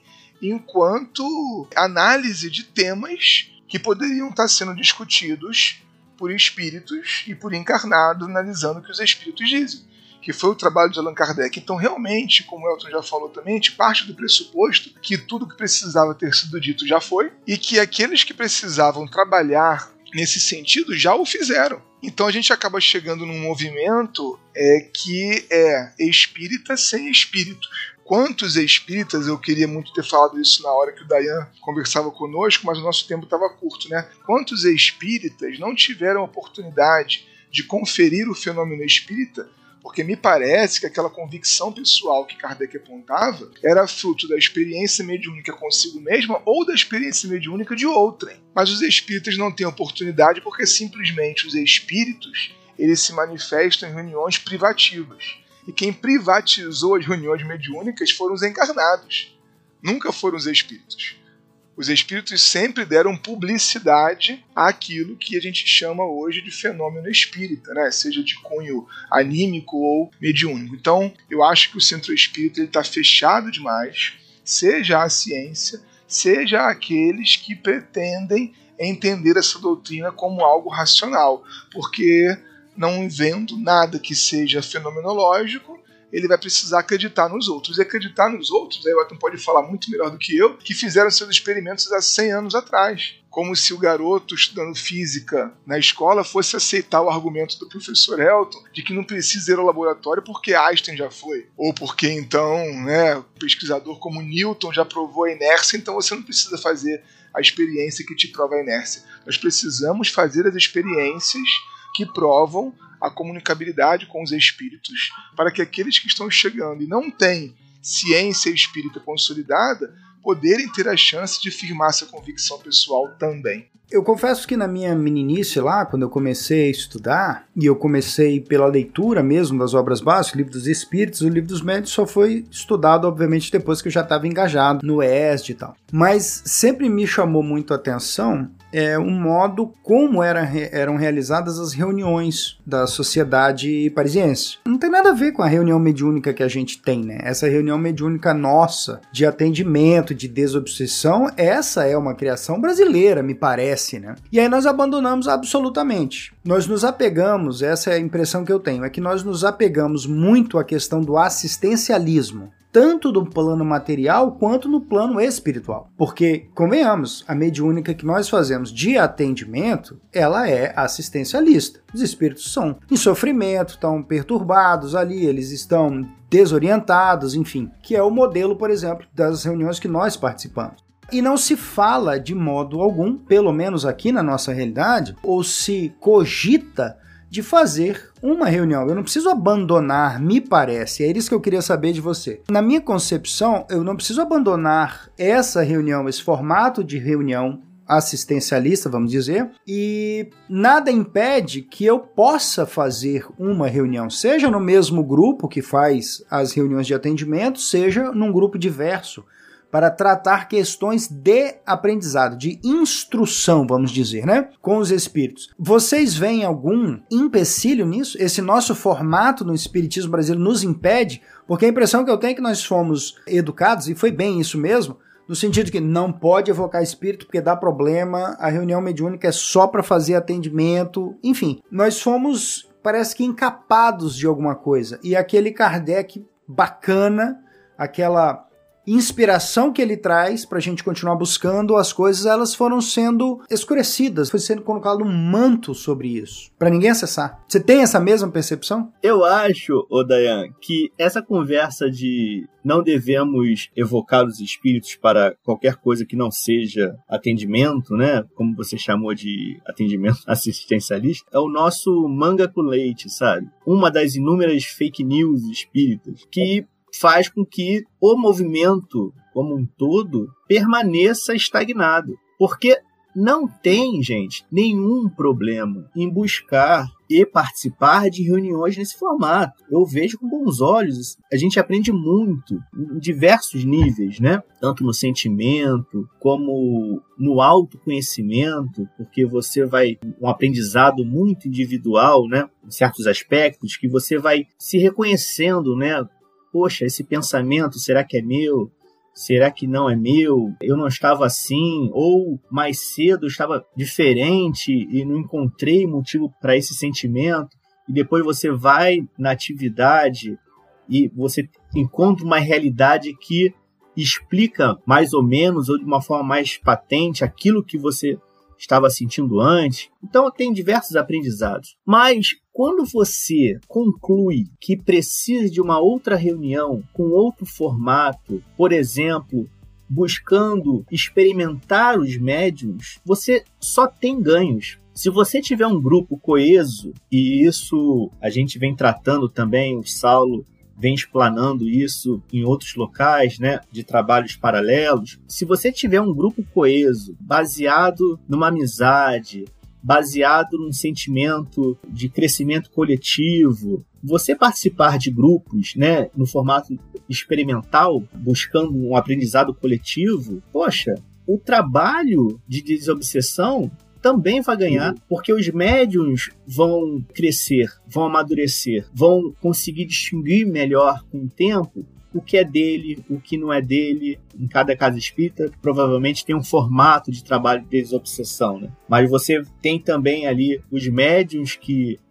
enquanto análise de temas que poderiam estar sendo discutidos por espíritos e por encarnados, analisando o que os espíritos dizem, que foi o trabalho de Allan Kardec. Então, realmente, como o Elton já falou também, a gente parte do pressuposto que tudo que precisava ter sido dito já foi, e que aqueles que precisavam trabalhar nesse sentido já o fizeram. Então a gente acaba chegando num movimento é, que é espírita sem espíritos. Quantos espíritas, eu queria muito ter falado isso na hora que o Dayan conversava conosco, mas o nosso tempo estava curto, né? Quantos espíritas não tiveram a oportunidade de conferir o fenômeno espírita? Porque me parece que aquela convicção pessoal que Kardec apontava era fruto da experiência mediúnica consigo mesma ou da experiência mediúnica de outrem. Mas os espíritas não têm oportunidade porque simplesmente os espíritos eles se manifestam em reuniões privativas. E quem privatizou as reuniões mediúnicas foram os encarnados. Nunca foram os espíritos. Os espíritos sempre deram publicidade àquilo que a gente chama hoje de fenômeno espírita, né? Seja de cunho anímico ou mediúnico. Então, eu acho que o centro espírita está fechado demais, seja a ciência, seja aqueles que pretendem entender essa doutrina como algo racional, porque não vendo nada que seja fenomenológico, ele vai precisar acreditar nos outros. E acreditar nos outros, aí o Elton pode falar muito melhor do que eu, que fizeram seus experimentos há cem anos atrás. Como se o garoto estudando física na escola fosse aceitar o argumento do professor Elton de que não precisa ir ao laboratório porque Einstein já foi. Ou porque então, né, pesquisador como Newton já provou a inércia, então você não precisa fazer a experiência que te prova a inércia. Nós precisamos fazer as experiências que provam a comunicabilidade com os espíritos, para que aqueles que estão chegando e não têm ciência espírita consolidada poderem ter a chance de firmar essa convicção pessoal também. Eu confesso que na minha meninice lá, quando eu comecei a estudar, e eu comecei pela leitura mesmo das obras básicas, o Livro dos Espíritos, o Livro dos Médiuns só foi estudado, obviamente, depois que eu já estava engajado no E S D e tal. Mas sempre me chamou muito a atenção é, o modo como era, eram realizadas as reuniões da sociedade parisiense. Não tem nada a ver com a reunião mediúnica que a gente tem, né? Essa reunião mediúnica nossa, de atendimento, de desobsessão, essa é uma criação brasileira, me parece, né? E aí nós abandonamos absolutamente. Nós nos apegamos, essa é a impressão que eu tenho, é que nós nos apegamos muito à questão do assistencialismo, tanto no plano material quanto no plano espiritual. Porque, convenhamos, a mediúnica que nós fazemos de atendimento, ela é assistencialista. Os espíritos são em sofrimento, estão perturbados ali, eles estão desorientados, enfim, que é o modelo, por exemplo, das reuniões que nós participamos. E não se fala de modo algum, pelo menos aqui na nossa realidade, ou se cogita de fazer uma reunião. Eu não preciso abandonar, me parece, é isso que eu queria saber de você. Na minha concepção, eu não preciso abandonar essa reunião, esse formato de reunião assistencialista, vamos dizer, e nada impede que eu possa fazer uma reunião, seja no mesmo grupo que faz as reuniões de atendimento, seja num grupo diverso, para tratar questões de aprendizado, de instrução, vamos dizer, né? Com os espíritos. Vocês veem algum empecilho nisso? Esse nosso formato no espiritismo brasileiro nos impede? Porque a impressão que eu tenho é que nós fomos educados, e foi bem isso mesmo, no sentido de que não pode evocar espírito porque dá problema, a reunião mediúnica é só para fazer atendimento, enfim. Nós fomos, parece que, encapados de alguma coisa. E aquele Kardec bacana, aquela inspiração que ele traz para a gente continuar buscando as coisas, elas foram sendo escurecidas, foi sendo colocado um manto sobre isso, para ninguém acessar. Você tem essa mesma percepção? Eu acho, ô Dayan, que essa conversa de não devemos evocar os espíritos para qualquer coisa que não seja atendimento, né, como você chamou de atendimento assistencialista, é o nosso manga com leite, sabe? Uma das inúmeras fake news espíritas que faz com que o movimento como um todo permaneça estagnado. Porque não tem, gente, nenhum problema em buscar e participar de reuniões nesse formato. Eu vejo com bons olhos. A gente aprende muito em diversos níveis, né? Tanto no sentimento como no autoconhecimento, porque você vai um aprendizado muito individual, né? Em certos aspectos que você vai se reconhecendo, né? Poxa, esse pensamento, será que é meu? Será que não é meu? Eu não estava assim, ou mais cedo eu estava diferente e não encontrei motivo para esse sentimento. E depois você vai na atividade e você encontra uma realidade que explica mais ou menos, ou de uma forma mais patente, aquilo que você estava sentindo antes. Então tem diversos aprendizados. Mas quando você conclui que precisa de uma outra reunião com outro formato, por exemplo, buscando experimentar os médiuns, você só tem ganhos. Se você tiver um grupo coeso, e isso a gente vem tratando também, o Saulo vem explanando isso em outros locais, né, de trabalhos paralelos. Se você tiver um grupo coeso, baseado numa amizade, baseado num sentimento de crescimento coletivo, você participar de grupos, né, no formato experimental, buscando um aprendizado coletivo, poxa, o trabalho de desobsessão também vai ganhar, porque os médiuns vão crescer, vão amadurecer, vão conseguir distinguir melhor com o tempo o que é dele, o que não é dele. Em cada casa espírita, provavelmente tem um formato de trabalho de desobsessão, né? Mas você tem também ali os médiuns que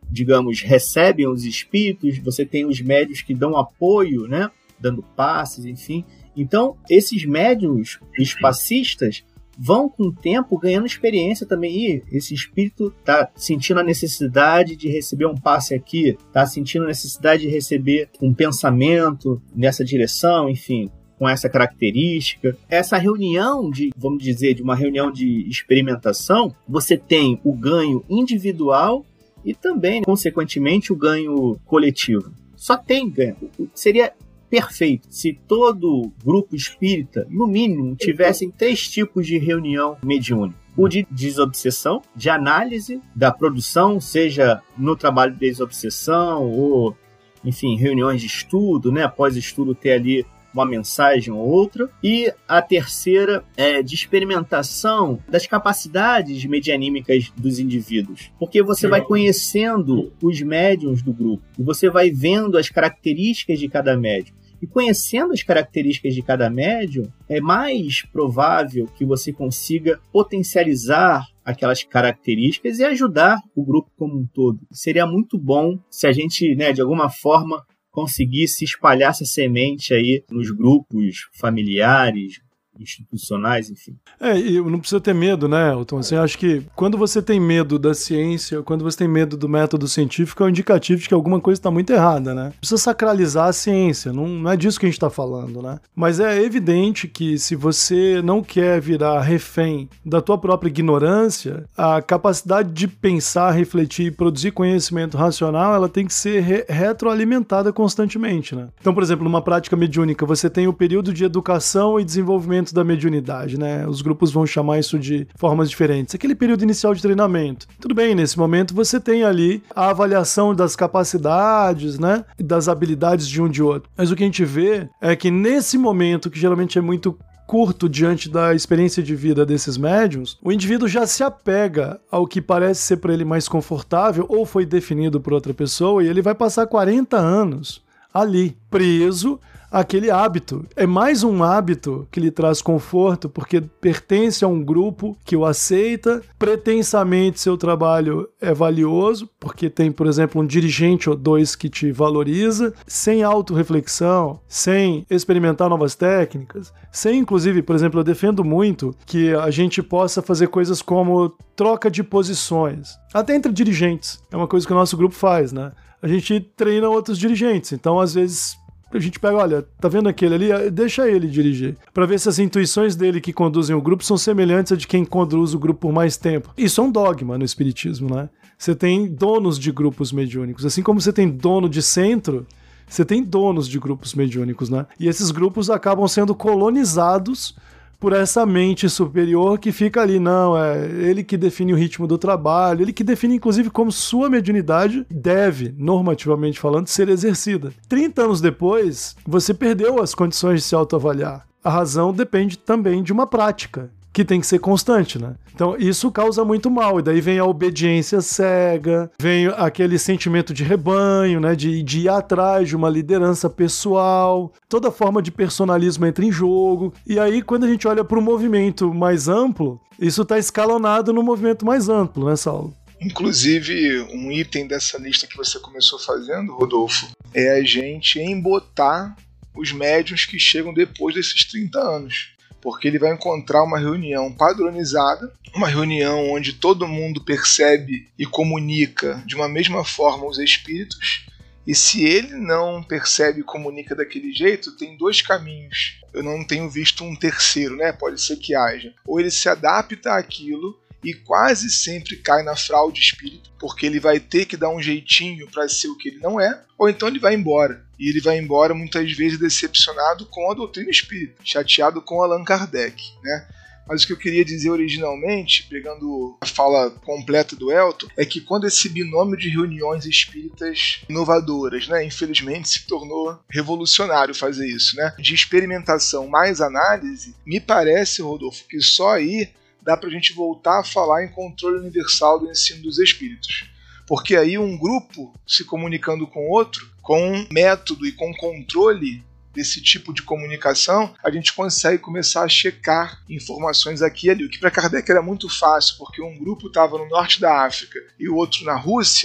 digamos, recebem os espíritos, você tem os médiuns que dão apoio, né? Dando passes, enfim. Então, esses médiuns espacistas vão, com o tempo, ganhando experiência também. Ih, esse espírito está sentindo a necessidade de receber um passe aqui, está sentindo a necessidade de receber um pensamento nessa direção, enfim, com essa característica. Essa reunião de, vamos dizer, de uma reunião de experimentação, você tem o ganho individual e também, consequentemente, o ganho coletivo. Só tem ganho. Seria perfeito se todo grupo espírita, no mínimo, tivessem três tipos de reunião mediúnica. O de desobsessão, de análise da produção, seja no trabalho de desobsessão ou, enfim, reuniões de estudo, né? Após estudo ter ali uma mensagem ou outra. E a terceira é de experimentação das capacidades medianímicas dos indivíduos. Porque você vai conhecendo os médiuns do grupo e você vai vendo as características de cada médium. E conhecendo as características de cada médium, é mais provável que você consiga potencializar aquelas características e ajudar o grupo como um todo. Seria muito bom se a gente, né, de alguma forma, conseguisse espalhar essa semente aí nos grupos familiares, institucionais, enfim. É, e não precisa ter medo, né, Elton? Assim, acho que quando você tem medo da ciência, quando você tem medo do método científico, é um indicativo de que alguma coisa está muito errada, né? Precisa sacralizar a ciência, não, não é disso que a gente está falando, né? Mas é evidente que se você não quer virar refém da tua própria ignorância, a capacidade de pensar, refletir e produzir conhecimento racional, ela tem que ser re- retroalimentada constantemente, né? Então, por exemplo, numa prática mediúnica, você tem o período de educação e desenvolvimento da mediunidade, né? Os grupos vão chamar isso de formas diferentes. Aquele período inicial de treinamento. Tudo bem, nesse momento você tem ali a avaliação das capacidades, né? E das habilidades de um de outro. Mas o que a gente vê é que nesse momento, que geralmente é muito curto diante da experiência de vida desses médiuns, o indivíduo já se apega ao que parece ser para ele mais confortável ou foi definido por outra pessoa e ele vai passar quarenta anos ali, preso aquele hábito. É mais um hábito que lhe traz conforto porque pertence a um grupo que o aceita, pretensamente seu trabalho é valioso, porque tem, por exemplo, um dirigente ou dois que te valoriza, sem autorreflexão, sem experimentar novas técnicas, sem, inclusive, por exemplo, eu defendo muito que a gente possa fazer coisas como troca de posições, até entre dirigentes. É uma coisa que o nosso grupo faz, né? A gente treina outros dirigentes, então às vezes a gente pega, olha, tá vendo aquele ali? Deixa ele dirigir. Pra ver se as intuições dele que conduzem o grupo são semelhantes a de quem conduz o grupo por mais tempo. Isso é um dogma no espiritismo, né? Você tem donos de grupos mediúnicos. Assim como você tem dono de centro, você tem donos de grupos mediúnicos, né? E esses grupos acabam sendo colonizados por essa mente superior que fica ali, não, é ele que define o ritmo do trabalho, ele que define, inclusive, como sua mediunidade deve, normativamente falando, ser exercida. trinta anos depois, você perdeu as condições de se autoavaliar. A razão depende também de uma prática, que tem que ser constante, né? Então, isso causa muito mal, e daí vem a obediência cega, vem aquele sentimento de rebanho, né? De, de ir atrás de uma liderança pessoal, toda forma de personalismo entra em jogo, e aí, quando a gente olha para o movimento mais amplo, isso está escalonado no movimento mais amplo, né, Saulo? Inclusive, um item dessa lista que você começou fazendo, Rodolfo, é a gente embotar os médiuns que chegam depois desses trinta anos. Porque ele vai encontrar uma reunião padronizada, uma reunião onde todo mundo percebe e comunica de uma mesma forma os espíritos, e se ele não percebe e comunica daquele jeito, tem dois caminhos. Eu não tenho visto um terceiro, né? Pode ser que haja. Ou ele se adapta àquilo e quase sempre cai na fraude espírita, porque ele vai ter que dar um jeitinho para ser o que ele não é, ou então ele vai embora. E ele vai embora muitas vezes decepcionado com a doutrina espírita, chateado com Allan Kardec, né? Mas o que eu queria dizer originalmente, pegando a fala completa do Elton, é que quando esse binômio de reuniões espíritas inovadoras, né, infelizmente se tornou revolucionário fazer isso, né, de experimentação mais análise, me parece, Rodolfo, que só aí dá pra gente voltar a falar em controle universal do ensino dos espíritos. Porque aí um grupo se comunicando com outro, com método e com controle desse tipo de comunicação, a gente consegue começar a checar informações aqui e ali. O que para Kardec era muito fácil, porque um grupo estava no norte da África e o outro na Rússia,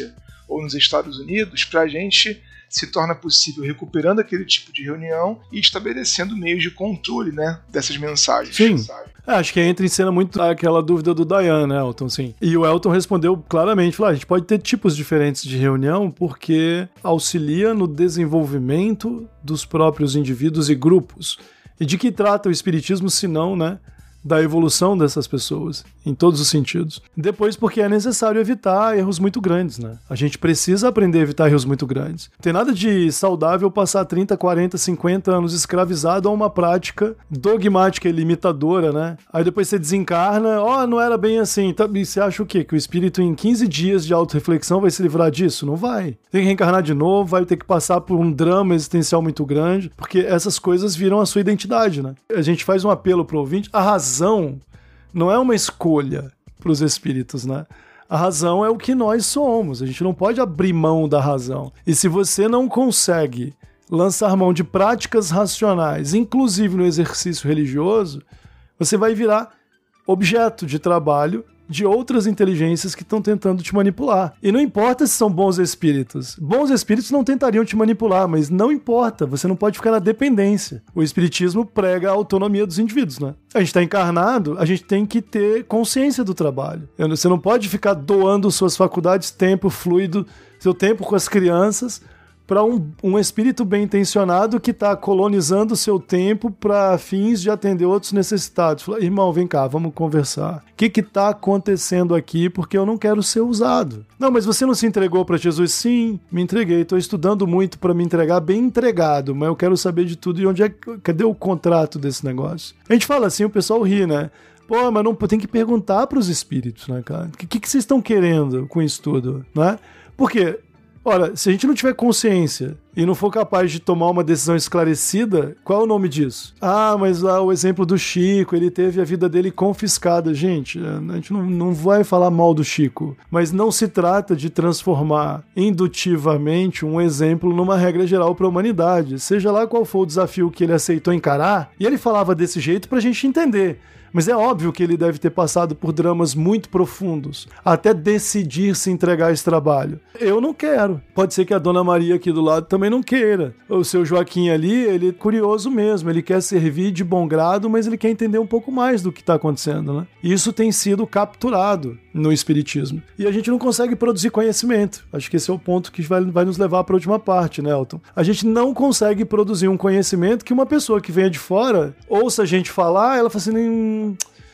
ou nos Estados Unidos, para a gente se torna possível recuperando aquele tipo de reunião e estabelecendo meios de controle, né, dessas mensagens. Sim. Sabe? É, acho que entra em cena muito aquela dúvida do Dayan, né, Elton? Sim. E o Elton respondeu claramente, falou, ah, a gente pode ter tipos diferentes de reunião porque auxilia no desenvolvimento dos próprios indivíduos e grupos. E de que trata o espiritismo se não, né, da evolução dessas pessoas, em todos os sentidos. Depois, porque é necessário evitar erros muito grandes, né? A gente precisa aprender a evitar erros muito grandes. Não tem nada de saudável passar trinta, quarenta, cinquenta anos escravizado a uma prática dogmática e limitadora, né? Aí depois você desencarna, ó, oh, não era bem assim. E você acha o quê? Que o espírito em quinze dias de autorreflexão vai se livrar disso? Não vai. Tem que reencarnar de novo, vai ter que passar por um drama existencial muito grande, porque essas coisas viram a sua identidade, né? A gente faz um apelo pro ouvinte, a razão razão não é uma escolha para os espíritos, né? A razão é o que nós somos. A gente não pode abrir mão da razão. E se você não consegue lançar mão de práticas racionais, inclusive no exercício religioso, você vai virar objeto de trabalho de outras inteligências que estão tentando te manipular. E não importa se são bons espíritos. Bons espíritos não tentariam te manipular, mas não importa, você não pode ficar na dependência. O espiritismo prega a autonomia dos indivíduos, né? A gente está encarnado, a gente tem que ter consciência do trabalho. Você não pode ficar doando suas faculdades, tempo fluido, seu tempo com as crianças, para um, um espírito bem intencionado que está colonizando o seu tempo para fins de atender outros necessitados. Fala, irmão, vem cá, vamos conversar. O que está acontecendo aqui? Porque eu não quero ser usado. Não, mas você não se entregou para Jesus? Sim, me entreguei. Estou estudando muito para me entregar bem entregado, mas eu quero saber de tudo. E onde é, cadê o contrato desse negócio? A gente fala assim, o pessoal ri, né? Pô, mas não, tem que perguntar para os espíritos, né, cara? O que, que vocês estão querendo com isso tudo, né? Porque... Ora, se a gente não tiver consciência e não for capaz de tomar uma decisão esclarecida, qual é o nome disso? Ah, mas lá o exemplo do Chico, ele teve a vida dele confiscada. Gente, a gente não, não vai falar mal do Chico, mas não se trata de transformar indutivamente um exemplo numa regra geral para a humanidade. Seja lá qual for o desafio que ele aceitou encarar, e ele falava desse jeito para a gente entender. Mas é óbvio que ele deve ter passado por dramas muito profundos, até decidir se entregar a esse trabalho. Eu não quero. Pode ser que a Dona Maria aqui do lado também não queira. O seu Joaquim ali, ele é curioso mesmo, ele quer servir de bom grado, mas ele quer entender um pouco mais do que está acontecendo, né? E isso tem sido capturado no espiritismo. E a gente não consegue produzir conhecimento. Acho que esse é o ponto que vai, vai nos levar para a última parte, né, Elton? A gente não consegue produzir um conhecimento que uma pessoa que venha de fora ouça a gente falar, ela fala assim...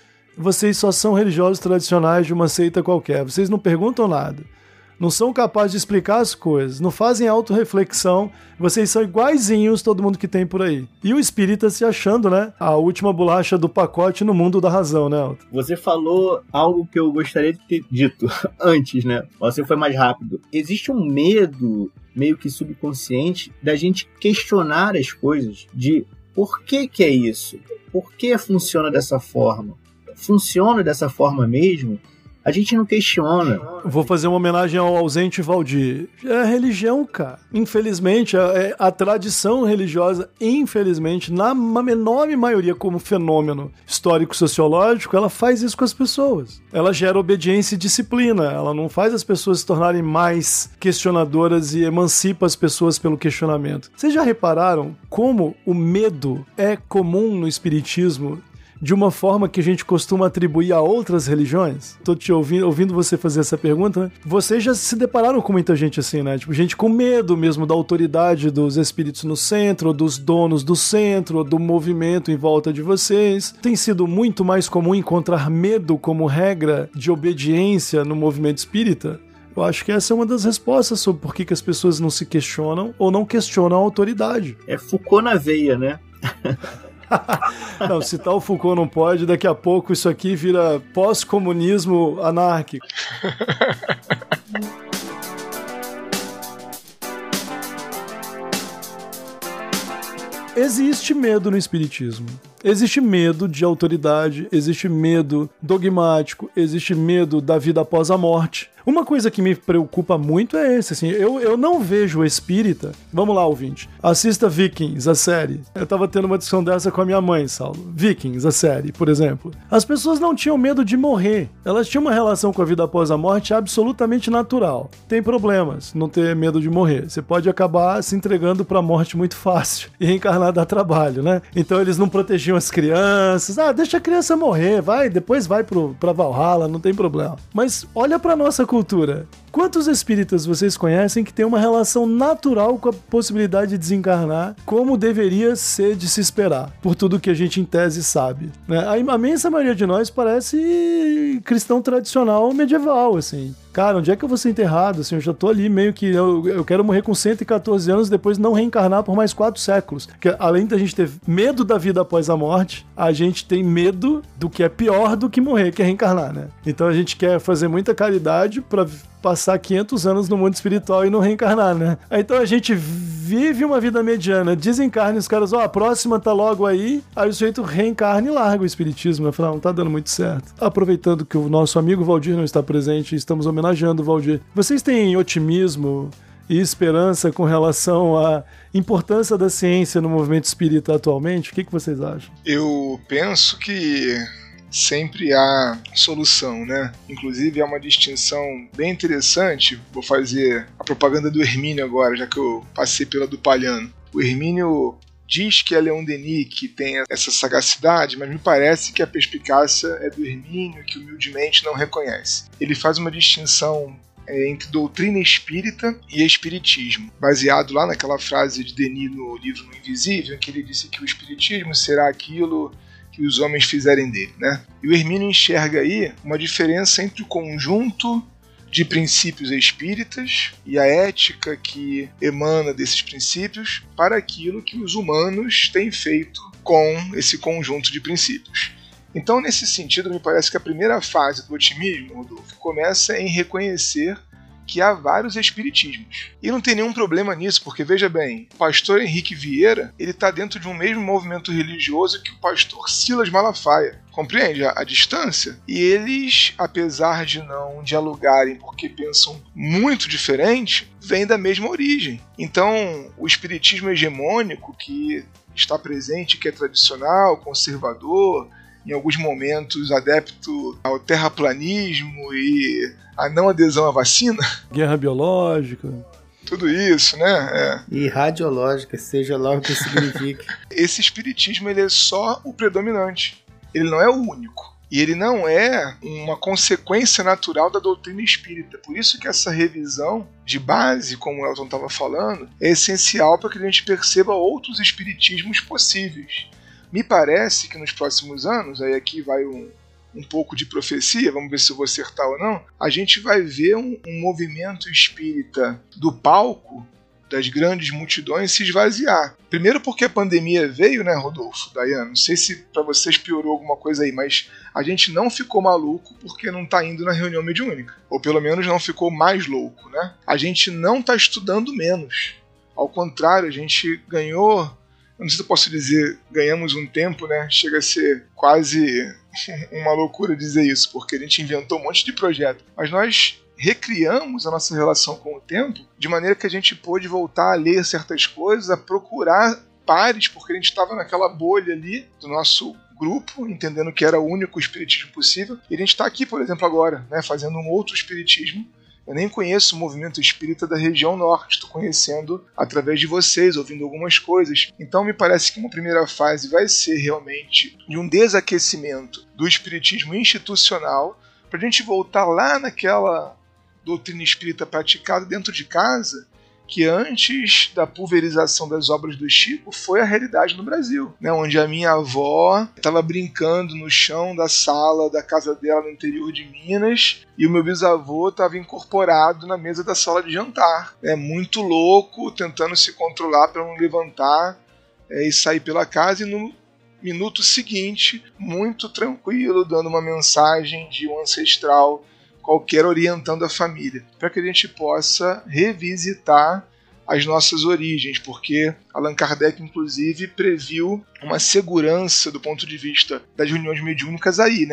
Vocês só são religiosos tradicionais de uma seita qualquer. Vocês não perguntam nada. Não são capazes de explicar as coisas. Não fazem autorreflexão. Vocês são iguaizinhos todo mundo que tem por aí. E o espírita se achando, né? A última bolacha do pacote no mundo da razão, né, Elton? Você falou algo que eu gostaria de ter dito antes, né? Você foi mais rápido. Existe um medo meio que subconsciente da gente questionar as coisas de por que que é isso? Por que funciona dessa forma? Funciona dessa forma mesmo? A gente não questiona. Vou fazer uma homenagem ao ausente Valdir. É a religião, cara. Infelizmente, a, a tradição religiosa, infelizmente, na enorme maioria como fenômeno histórico-sociológico, ela faz isso com as pessoas. Ela gera obediência e disciplina. Ela não faz as pessoas se tornarem mais questionadoras e emancipa as pessoas pelo questionamento. Vocês já repararam como o medo é comum no espiritismo de uma forma que a gente costuma atribuir a outras religiões? Tô te ouvindo, ouvindo você fazer essa pergunta, né? Vocês já se depararam com muita gente assim, né? Tipo, gente com medo mesmo da autoridade dos espíritos no centro, ou dos donos do centro, ou do movimento em volta de vocês. Tem sido muito mais comum encontrar medo como regra de obediência no movimento espírita? Eu acho que essa é uma das respostas sobre por que, que as pessoas não se questionam ou não questionam a autoridade. É Foucault na veia, né? Não, se tal Foucault não pode, daqui a pouco isso aqui vira pós-comunismo anárquico. Existe medo no espiritismo. Existe medo de autoridade, existe medo dogmático, existe medo da vida após a morte. Uma coisa que me preocupa muito é esse, assim, eu, eu não vejo o espírita... Vamos lá, ouvinte. Assista Vikings, a série. Eu tava tendo uma discussão dessa com a minha mãe, Saulo. Vikings, a série, por exemplo. As pessoas não tinham medo de morrer. Elas tinham uma relação com a vida após a morte absolutamente natural. Tem problemas não ter medo de morrer. Você pode acabar se entregando pra morte muito fácil. E reencarnar dá trabalho, né? Então eles não protegiam as crianças. Ah, deixa a criança morrer, vai, depois vai pro, pra Valhalla, não tem problema. Mas olha pra nossa cultura. Quantos espíritas vocês conhecem que têm uma relação natural com a possibilidade de desencarnar, como deveria ser de se esperar, por tudo que a gente em tese sabe, né? A imensa maioria de nós parece cristão tradicional medieval, assim. Cara, onde é que eu vou ser enterrado? Assim, eu já tô ali meio que... Eu, eu quero morrer com cento e catorze anos, depois não reencarnar por mais quatro séculos. Porque além da gente ter medo da vida após a morte, a gente tem medo do que é pior do que morrer, que é reencarnar, né? Então a gente quer fazer muita caridade pra passar quinhentos anos no mundo espiritual e não reencarnar, né? Então a gente vive uma vida mediana, desencarna, os caras, ó, oh, a próxima tá logo aí, aí o sujeito reencarna e larga o espiritismo. Eu falo, não tá dando muito certo. Aproveitando que o nosso amigo Valdir não está presente, estamos homenageando o Valdir. Vocês têm otimismo e esperança com relação à importância da ciência no movimento espírita atualmente? O que, que vocês acham? Eu penso que sempre há solução, né? Inclusive há uma distinção bem interessante. Vou fazer a propaganda do Hermínio agora, já que eu passei pela do Palhano. O Hermínio diz que é Leon Denis que tem essa sagacidade, mas me parece que a perspicácia é do Hermínio, que humildemente não reconhece. Ele faz uma distinção é, entre doutrina espírita e espiritismo, baseado lá naquela frase de Denis no livro No Invisível, em que ele disse que o espiritismo será aquilo que os homens fizerem dele, né? E o Hermínio enxerga aí uma diferença entre o conjunto de princípios espíritas e a ética que emana desses princípios para aquilo que os humanos têm feito com esse conjunto de princípios. Então, nesse sentido, me parece que a primeira fase do otimismo, Rodolfo, começa em reconhecer que há vários espiritismos. E não tem nenhum problema nisso, porque, veja bem, o pastor Henrique Vieira, ele está dentro de um mesmo movimento religioso que o pastor Silas Malafaia. Compreende a, a distância? E eles, apesar de não dialogarem porque pensam muito diferente, vêm da mesma origem. Então, o espiritismo hegemônico, que está presente, que é tradicional, conservador, em alguns momentos adepto ao terraplanismo e a não adesão à vacina. Guerra biológica. Tudo isso, né? É. E radiológica, seja lá o que signifique. Esse espiritismo, ele é só o predominante. Ele não é o único. E ele não é uma consequência natural da doutrina espírita. Por isso que essa revisão de base, como o Elton estava falando, é essencial para que a gente perceba outros espiritismos possíveis. Me parece que nos próximos anos, aí aqui vai um, um pouco de profecia, vamos ver se eu vou acertar ou não, a gente vai ver um, um movimento espírita do palco, das grandes multidões, se esvaziar. Primeiro porque a pandemia veio, né, Rodolfo, Dayana? Não sei se para vocês piorou alguma coisa aí, mas a gente não ficou maluco porque não está indo na reunião mediúnica. Ou pelo menos não ficou mais louco, né? A gente não está estudando menos. Ao contrário, a gente ganhou... Eu não sei se eu posso dizer, ganhamos um tempo, né? Chega a ser quase uma loucura dizer isso, porque a gente inventou um monte de projeto. Mas nós recriamos a nossa relação com o tempo de maneira que a gente pôde voltar a ler certas coisas, a procurar pares, porque a gente estava naquela bolha ali do nosso grupo, entendendo que era o único espiritismo possível. E a gente está aqui, por exemplo, agora, né, fazendo um outro espiritismo. Eu nem conheço o movimento espírita da região norte, estou conhecendo através de vocês, ouvindo algumas coisas. Então me parece que uma primeira fase vai ser realmente de um desaquecimento do espiritismo institucional, para a gente voltar lá naquela doutrina espírita praticada dentro de casa, que antes da pulverização das obras do Chico foi a realidade no Brasil, né? Onde a minha avó estava brincando no chão da sala da casa dela no interior de Minas e o meu bisavô estava incorporado na mesa da sala de jantar, né? Muito louco, tentando se controlar para não levantar é, e sair pela casa, e no minuto seguinte, muito tranquilo, dando uma mensagem de um ancestral qualquer orientando a família, para que a gente possa revisitar as nossas origens, porque Allan Kardec, inclusive, previu uma segurança do ponto de vista das reuniões mediúnicas aí, né?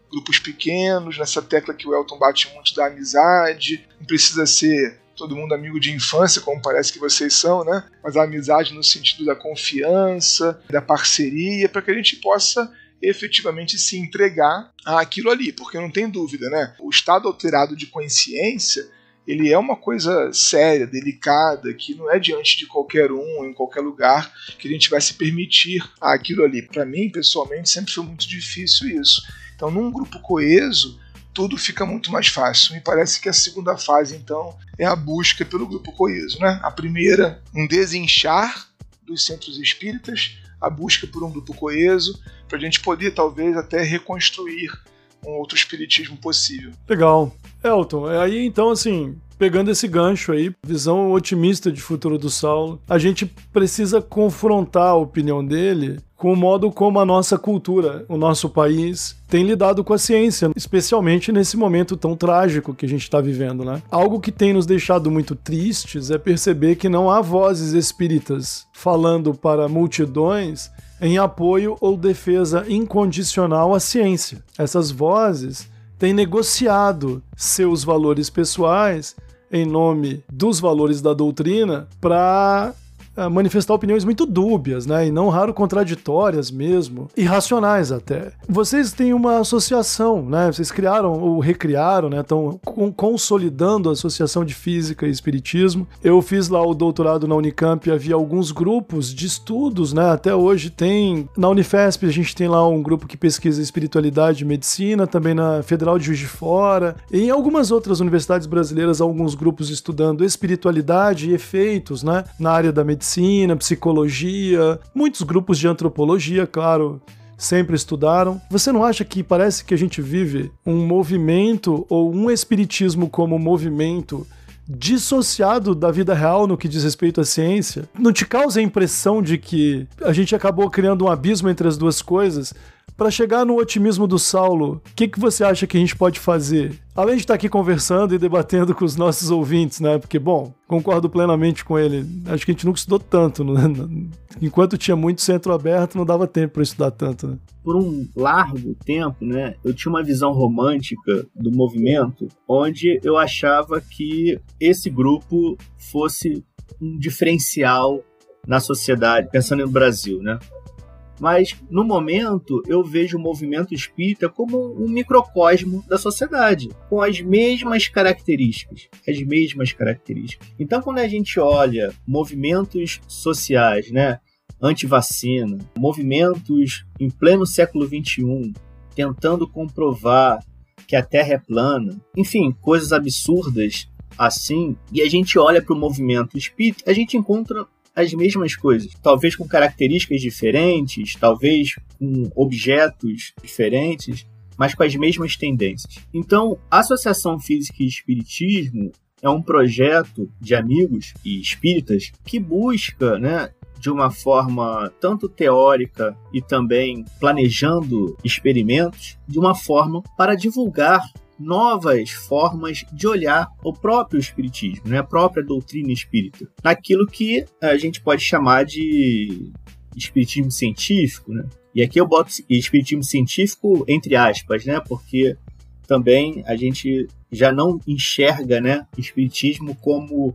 grupos pequenos, nessa tecla que o Elton bate muito da amizade. Não precisa ser todo mundo amigo de infância, como parece que vocês são, né? Mas a amizade no sentido da confiança, da parceria, para que a gente possa efetivamente se entregar àquilo ali, porque não tem dúvida, né? O estado alterado de consciência, ele é uma coisa séria, delicada, que não é diante de qualquer um, em qualquer lugar, que a gente vai se permitir aquilo ali. Para mim, pessoalmente, sempre foi muito difícil isso. Então, num grupo coeso, tudo fica muito mais fácil. Me parece que a segunda fase, então, é a busca pelo grupo coeso, né? A primeira, um desinchar dos centros espíritas, a busca por um grupo coeso, para a gente poder, talvez, até reconstruir um outro espiritismo possível. Legal. Elton, aí então, assim, pegando esse gancho aí, visão otimista de futuro do Saulo, a gente precisa confrontar a opinião dele com o modo como a nossa cultura, o nosso país, tem lidado com a ciência, especialmente nesse momento tão trágico que a gente está vivendo, né? Algo que tem nos deixado muito tristes é perceber que não há vozes espíritas falando para multidões em apoio ou defesa incondicional à ciência. Essas vozes têm negociado seus valores pessoais em nome dos valores da doutrina para manifestar opiniões muito dúbias, né? E não raro contraditórias mesmo, irracionais até. Vocês têm uma associação, né? Vocês criaram ou recriaram, né? Estão consolidando a Associação de Física e Espiritismo. Eu fiz lá o doutorado na Unicamp, havia alguns grupos de estudos, né? Até hoje tem, na Unifesp a gente tem lá um grupo que pesquisa espiritualidade e medicina, também na Federal de Juiz de Fora, e em algumas outras universidades brasileiras, alguns grupos estudando espiritualidade e efeitos, né? Na área da medicina, Medicina, psicologia, muitos grupos de antropologia, claro, sempre estudaram. Você não acha que parece que a gente vive um movimento ou um espiritismo como movimento dissociado da vida real no que diz respeito à ciência? Não te causa a impressão de que a gente acabou criando um abismo entre as duas coisas? Para chegar no otimismo do Saulo, o que, que você acha que a gente pode fazer? Além de estar aqui conversando e debatendo com os nossos ouvintes, né? Porque, bom, concordo plenamente com ele. Acho que a gente nunca estudou tanto, né? Enquanto tinha muito centro aberto, não dava tempo para estudar tanto, né? Por um largo tempo, né, eu tinha uma visão romântica do movimento, onde eu achava que esse grupo fosse um diferencial na sociedade, pensando no Brasil, né? Mas, no momento, eu vejo o movimento espírita como um microcosmo da sociedade, com as mesmas características, as mesmas características. Então, quando a gente olha movimentos sociais, né, anti-vacina, movimentos em pleno século vinte e um, tentando comprovar que a Terra é plana, enfim, coisas absurdas assim, e a gente olha para o movimento espírita, a gente encontra as mesmas coisas, talvez com características diferentes, talvez com objetos diferentes, mas com as mesmas tendências. Então, a Associação Física e Espiritismo é um projeto de amigos e espíritas que busca, né, de uma forma tanto teórica e também planejando experimentos, de uma forma para divulgar novas formas de olhar o próprio espiritismo, né? A própria doutrina espírita, naquilo que a gente pode chamar de espiritismo científico, né? E aqui eu boto espiritismo científico entre aspas, né? Porque também a gente já não enxerga, né, o espiritismo como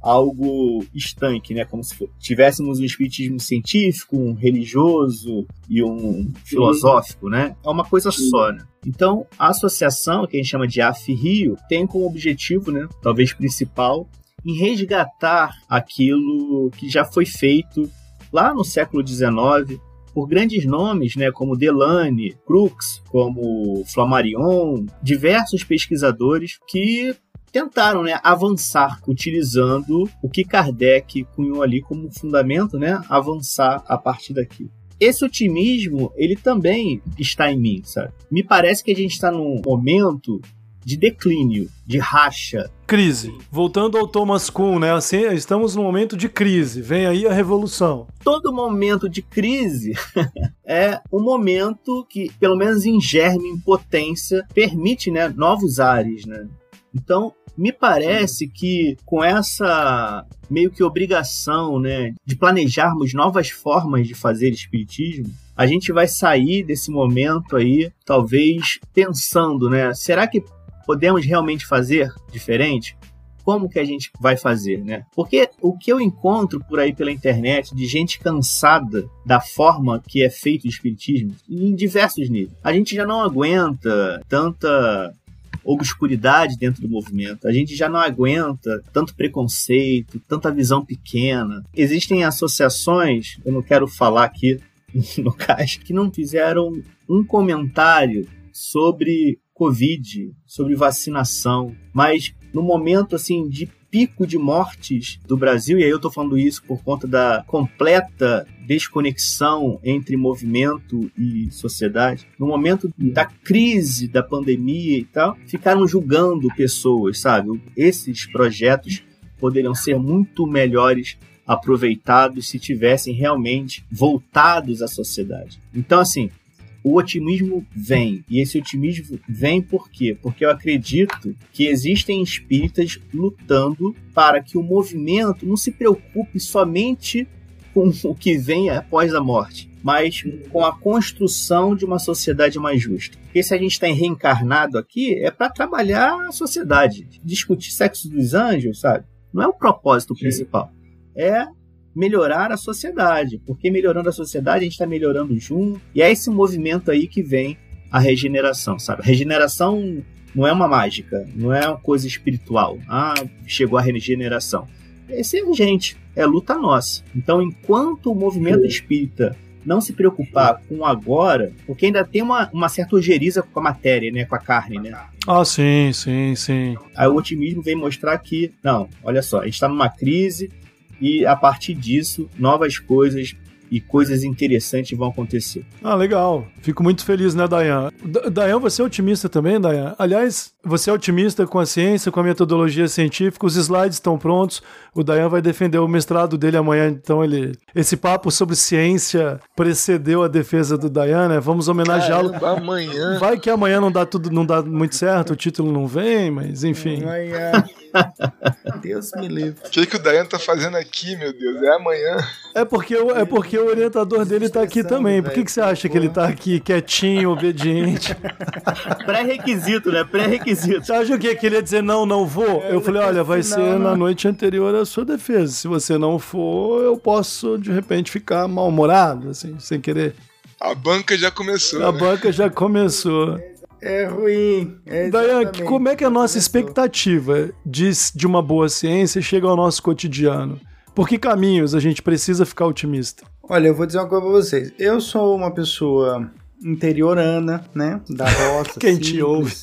algo estanque, né? Como se tivéssemos um espiritismo científico, um religioso e um filosófico, né? É uma coisa só, né? Então, a associação, que a gente chama de A F Rio, tem como objetivo, né, talvez principal, em resgatar aquilo que já foi feito lá no século dezenove por grandes nomes, né, como Delany, Crookes, como Flammarion, diversos pesquisadores que tentaram, né, avançar utilizando o que Kardec cunhou ali como fundamento, né, avançar a partir daqui. Esse otimismo, ele também está em mim, sabe? Me parece que a gente está num momento de declínio, de racha. Crise. Voltando ao Thomas Kuhn, né? Assim, estamos num momento de crise. Vem aí a revolução. Todo momento de crise é um momento que, pelo menos em germe, em potência, permite, né, novos ares, né? Então, me parece que com essa meio que obrigação, né, de planejarmos novas formas de fazer espiritismo, a gente vai sair desse momento aí, talvez pensando, né? Será que podemos realmente fazer diferente? Como que a gente vai fazer, né? Porque o que eu encontro por aí pela internet de gente cansada da forma que é feito o espiritismo, em diversos níveis. A gente já não aguenta tanta obscuridade dentro do movimento. A gente já não aguenta tanto preconceito, tanta visão pequena. Existem associações, eu não quero falar aqui no caixa, que não fizeram um comentário sobre Covid, sobre vacinação, mas no momento assim de pico de mortes do Brasil, e aí eu estou falando isso por conta da completa desconexão entre movimento e sociedade, no momento da crise da pandemia e tal, ficaram julgando pessoas, sabe? Esses projetos poderiam ser muito melhores aproveitados se tivessem realmente voltados à sociedade. Então, assim, o otimismo vem, e esse otimismo vem por quê? Porque eu acredito que existem espíritas lutando para que o movimento não se preocupe somente com o que vem após a morte, mas com a construção de uma sociedade mais justa. Porque se a gente está reencarnado aqui, é para trabalhar a sociedade. Discutir sexo dos anjos, sabe? Não é o propósito principal. É melhorar a sociedade, porque melhorando a sociedade a gente está melhorando junto, e é esse movimento aí que vem a regeneração, sabe? A regeneração não é uma mágica, não é uma coisa espiritual. Ah, chegou a regeneração. Esse é a gente, é luta nossa. Então, enquanto o movimento espírita não se preocupar com o agora, porque ainda tem uma, uma certa ojeriza com a matéria, né, com a carne, né? Ah, sim, sim, sim. Aí o otimismo vem mostrar que, não, olha só, a gente está numa crise, e a partir disso, novas coisas e coisas interessantes vão acontecer. Ah, legal. Fico muito feliz, né, Dayan? D- Dayan, você é otimista também, Dayan? Aliás, você é otimista com a ciência, com a metodologia científica, os slides estão prontos, o Dayan vai defender o mestrado dele amanhã, então ele... Esse papo sobre ciência precedeu a defesa do Dayan, né? Vamos homenageá-lo. Caramba, amanhã... Vai que amanhã não dá tudo, não dá muito certo, o título não vem, mas enfim... Amanhã... Deus me livre. O que, que o Dayan tá fazendo aqui, meu Deus? É amanhã. É porque, é porque o orientador dele tá aqui também. Por que, que você acha que ele tá aqui quietinho, obediente? Pré-requisito, né? Pré-requisito. Você acha o quê? Que ele ia dizer não, não vou? Eu falei, olha, vai ser na noite anterior à sua defesa. Se você não for, eu posso, de repente, ficar mal-humorado, assim, sem querer. A banca já começou. A né? banca já começou. É ruim. É Dayan, como é que é a nossa expectativa de, de uma boa ciência chega ao nosso cotidiano? Por que caminhos a gente precisa ficar otimista? Olha, eu vou dizer uma coisa pra vocês. Eu sou uma pessoa interiorana, né? Da roça. Quem te ouve?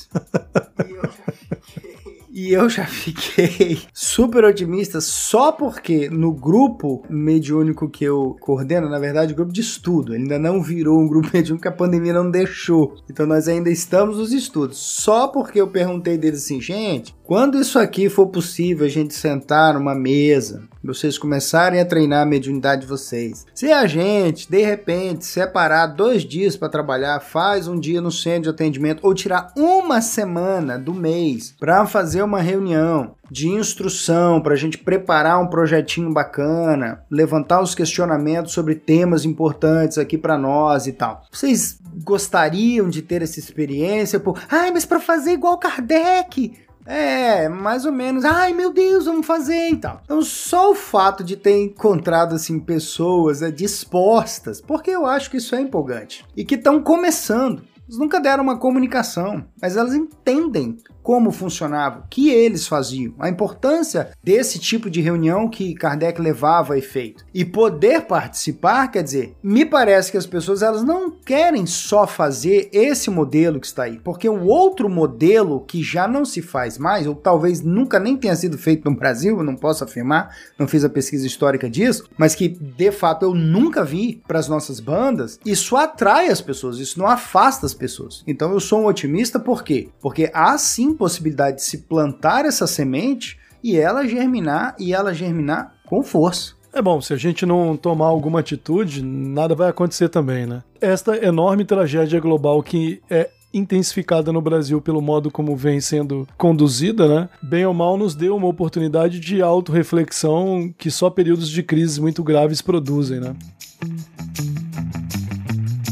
E eu já fiquei super otimista só porque no grupo mediúnico que eu coordeno, na verdade, o grupo de estudo, ele ainda não virou um grupo mediúnico que a pandemia não deixou. Então nós ainda estamos nos estudos. Só porque eu perguntei deles assim, gente, quando isso aqui for possível, a gente sentar numa mesa, vocês começarem a treinar a mediunidade de vocês. Se a gente, de repente, separar dois dias para trabalhar, faz um dia no centro de atendimento, ou tirar uma semana do mês para fazer uma reunião de instrução, para a gente preparar um projetinho bacana, levantar os questionamentos sobre temas importantes aqui para nós e tal. Vocês gostariam de ter essa experiência? Pô, ai, mas para fazer igual Kardec... É, mais ou menos, ai meu Deus, vamos fazer e tal. Então só o fato de ter encontrado assim pessoas é, dispostas, porque eu acho que isso é empolgante, e que estão começando, eles nunca deram uma comunicação, mas elas entendem como funcionava, o que eles faziam, a importância desse tipo de reunião que Kardec levava a efeito. E poder participar, quer dizer, me parece que as pessoas elas não querem só fazer esse modelo que está aí, porque o outro modelo que já não se faz mais, ou talvez nunca nem tenha sido feito no Brasil, eu não posso afirmar, não fiz a pesquisa histórica disso, mas que de fato eu nunca vi para as nossas bandas, isso atrai as pessoas, isso não afasta as pessoas. Então eu sou um otimista, por quê? Porque há sim possibilidade de se plantar essa semente e ela germinar, e ela germinar com força. É bom, se a gente não tomar alguma atitude, nada vai acontecer também, né? Esta enorme tragédia global que é intensificada no Brasil pelo modo como vem sendo conduzida, né? Bem ou mal nos deu uma oportunidade de autorreflexão que só períodos de crises muito graves produzem, né?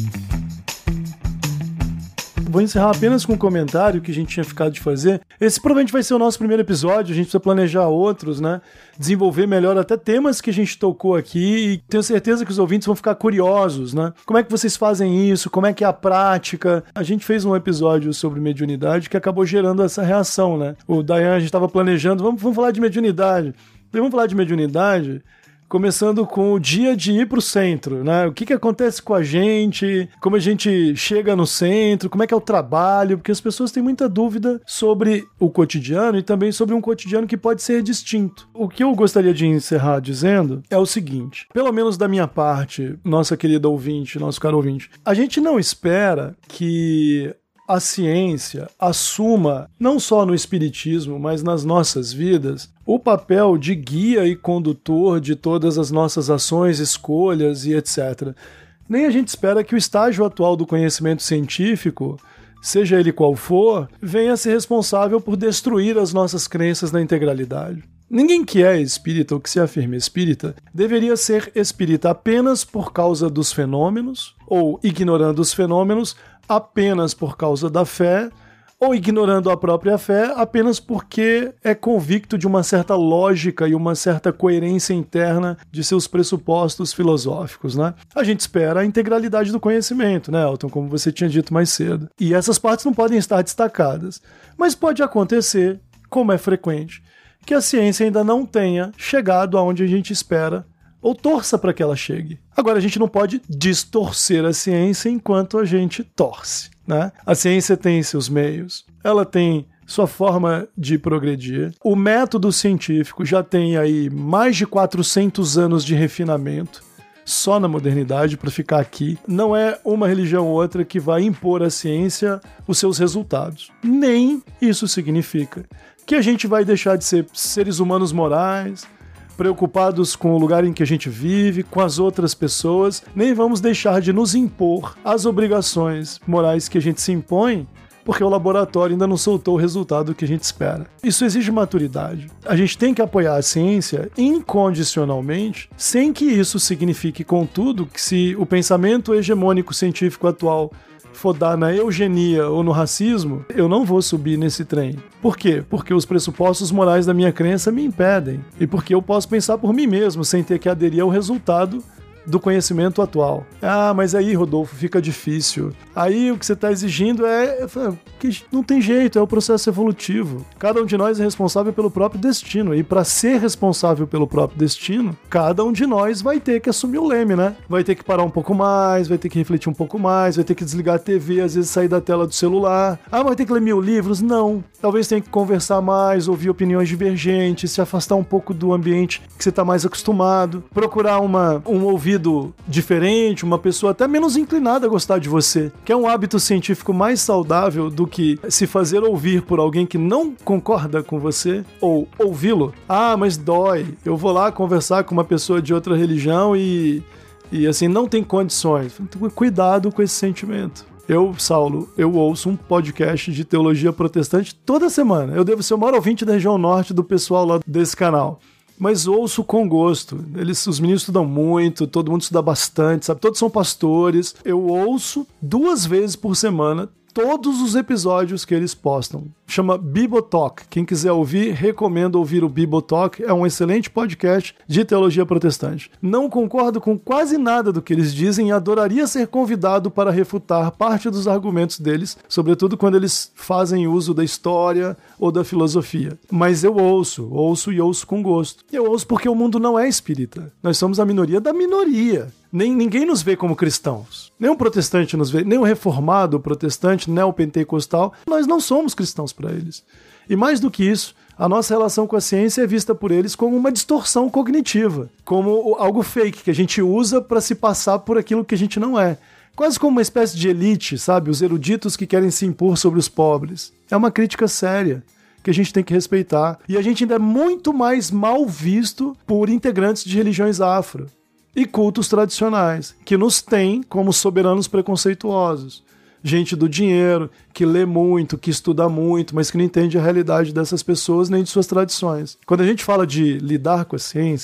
Vou encerrar apenas com um comentário que a gente tinha ficado de fazer. Esse provavelmente vai ser o nosso primeiro episódio, a gente precisa planejar outros, né? Desenvolver melhor até temas que a gente tocou aqui, e tenho certeza que os ouvintes vão ficar curiosos, né? Como é que vocês fazem isso? Como é que é a prática? A gente fez um episódio sobre mediunidade que acabou gerando essa reação, né? O Dayan, a gente estava planejando, vamos, vamos falar de mediunidade. Vamos falar de mediunidade começando com o dia de ir para o centro, né? O que, que acontece com a gente, como a gente chega no centro, como é que é o trabalho, porque as pessoas têm muita dúvida sobre o cotidiano e também sobre um cotidiano que pode ser distinto. O que eu gostaria de encerrar dizendo é o seguinte, pelo menos da minha parte, nossa querida ouvinte, nosso caro ouvinte, a gente não espera que a ciência assuma, não só no espiritismo, mas nas nossas vidas, o papel de guia e condutor de todas as nossas ações, escolhas e etcétera. Nem a gente espera que o estágio atual do conhecimento científico, seja ele qual for, venha a ser responsável por destruir as nossas crenças na integralidade. Ninguém que é espírita ou que se afirma espírita deveria ser espírita apenas por causa dos fenômenos, ou ignorando os fenômenos apenas por causa da fé, ou ignorando a própria fé apenas porque é convicto de uma certa lógica e uma certa coerência interna de seus pressupostos filosóficos, né? A gente espera a integralidade do conhecimento, né, Elton, como você tinha dito mais cedo. E essas partes não podem estar destacadas. Mas pode acontecer, como é frequente, que a ciência ainda não tenha chegado aonde a gente espera ou torça para que ela chegue. Agora, a gente não pode distorcer a ciência enquanto a gente torce, né? A ciência tem seus meios, ela tem sua forma de progredir. O método científico já tem aí mais de quatrocentos anos de refinamento, só na modernidade, para ficar aqui. Não é uma religião ou outra que vai impor à ciência os seus resultados. Nem isso significa que a gente vai deixar de ser seres humanos morais, preocupados com o lugar em que a gente vive, com as outras pessoas, nem vamos deixar de nos impor as obrigações morais que a gente se impõe, porque o laboratório ainda não soltou o resultado que a gente espera. Isso exige maturidade. A gente tem que apoiar a ciência incondicionalmente, sem que isso signifique, contudo, que se o pensamento hegemônico científico atual for dar na eugenia ou no racismo, eu não vou subir nesse trem. Por quê? Porque os pressupostos morais da minha crença me impedem. E porque eu posso pensar por mim mesmo, sem ter que aderir ao resultado do conhecimento atual. Ah, mas aí, Rodolfo, fica difícil. Aí o que você está exigindo é... que não tem jeito, é o processo evolutivo. Cada um de nós é responsável pelo próprio destino. E para ser responsável pelo próprio destino, cada um de nós vai ter que assumir o leme, né? Vai ter que parar um pouco mais, vai ter que refletir um pouco mais, vai ter que desligar a T V, às vezes sair da tela do celular. Ah, mas vai ter que ler mil livros? Não. Talvez tenha que conversar mais, ouvir opiniões divergentes, se afastar um pouco do ambiente que você está mais acostumado, procurar uma, um ouvido diferente, uma pessoa até menos inclinada a gostar de você, que é um hábito científico mais saudável do que se fazer ouvir por alguém que não concorda com você, ou ouvi-lo. Ah, mas dói. Eu vou lá conversar com uma pessoa de outra religião e, e assim, não tem condições. Cuidado com esse sentimento. Eu, Saulo, eu ouço um podcast de teologia protestante toda semana. Eu devo ser o maior ouvinte da região norte do pessoal lá desse canal. Mas ouço com gosto. Eles, os meninos estudam muito, todo mundo estuda bastante, sabe? Todos são pastores. Eu ouço duas vezes por semana todos os episódios que eles postam. Chama Bibotalk. Quem quiser ouvir, recomendo ouvir o Bibotalk. É um excelente podcast de teologia protestante. Não concordo com quase nada do que eles dizem e adoraria ser convidado para refutar parte dos argumentos deles, sobretudo quando eles fazem uso da história ou da filosofia. Mas eu ouço, ouço e ouço com gosto. E eu ouço porque o mundo não é espírita. Nós somos a minoria da minoria. Nem, ninguém nos vê como cristãos. Nem um protestante nos vê, nem um reformado protestante, neopentecostal. Nós não somos cristãos para eles. E mais do que isso, a nossa relação com a ciência é vista por eles como uma distorção cognitiva, como algo fake que a gente usa para se passar por aquilo que a gente não é. Quase como uma espécie de elite, sabe? Os eruditos que querem se impor sobre os pobres. É uma crítica séria que a gente tem que respeitar. E a gente ainda é muito mais mal visto por integrantes de religiões afro e cultos tradicionais, que nos têm como soberanos preconceituosos. Gente do dinheiro, que lê muito, que estuda muito, mas que não entende a realidade dessas pessoas nem de suas tradições. Quando a gente fala de lidar com a ciência,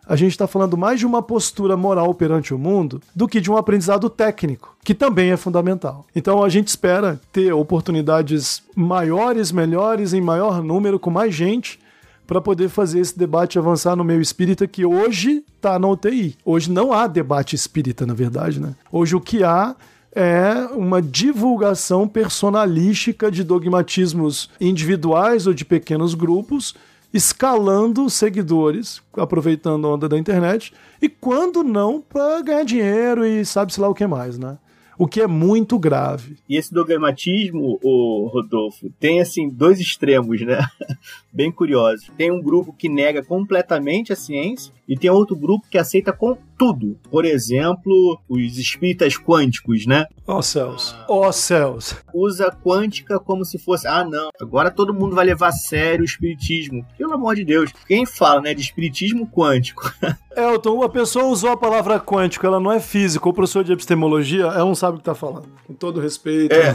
a gente está falando mais de uma postura moral perante o mundo do que de um aprendizado técnico, que também é fundamental. Então a gente espera ter oportunidades maiores, melhores, em maior número, com mais gente, para poder fazer esse debate avançar no meio espírita, que hoje está na U T I. Hoje não há debate espírita, na verdade, né? Hoje o que há é uma divulgação personalística de dogmatismos individuais ou de pequenos grupos, escalando seguidores, aproveitando a onda da internet, e quando não, para ganhar dinheiro e sabe-se lá o que mais, né? O que é muito grave. E esse dogmatismo, ô Rodolfo, tem assim dois extremos, né? Bem curiosos. Tem um grupo que nega completamente a ciência e tem outro grupo que aceita com tudo. Por exemplo, os espíritas quânticos, né? Ó oh, céus, ó oh, céus. Usa quântica como se fosse, ah não, agora todo mundo vai levar a sério o espiritismo. Pelo amor de Deus, quem fala, né, de espiritismo quântico? Elton, a pessoa usou a palavra quântico, ela não é física, o professor de epistemologia, ela não sabe o que está falando. Com todo respeito. É.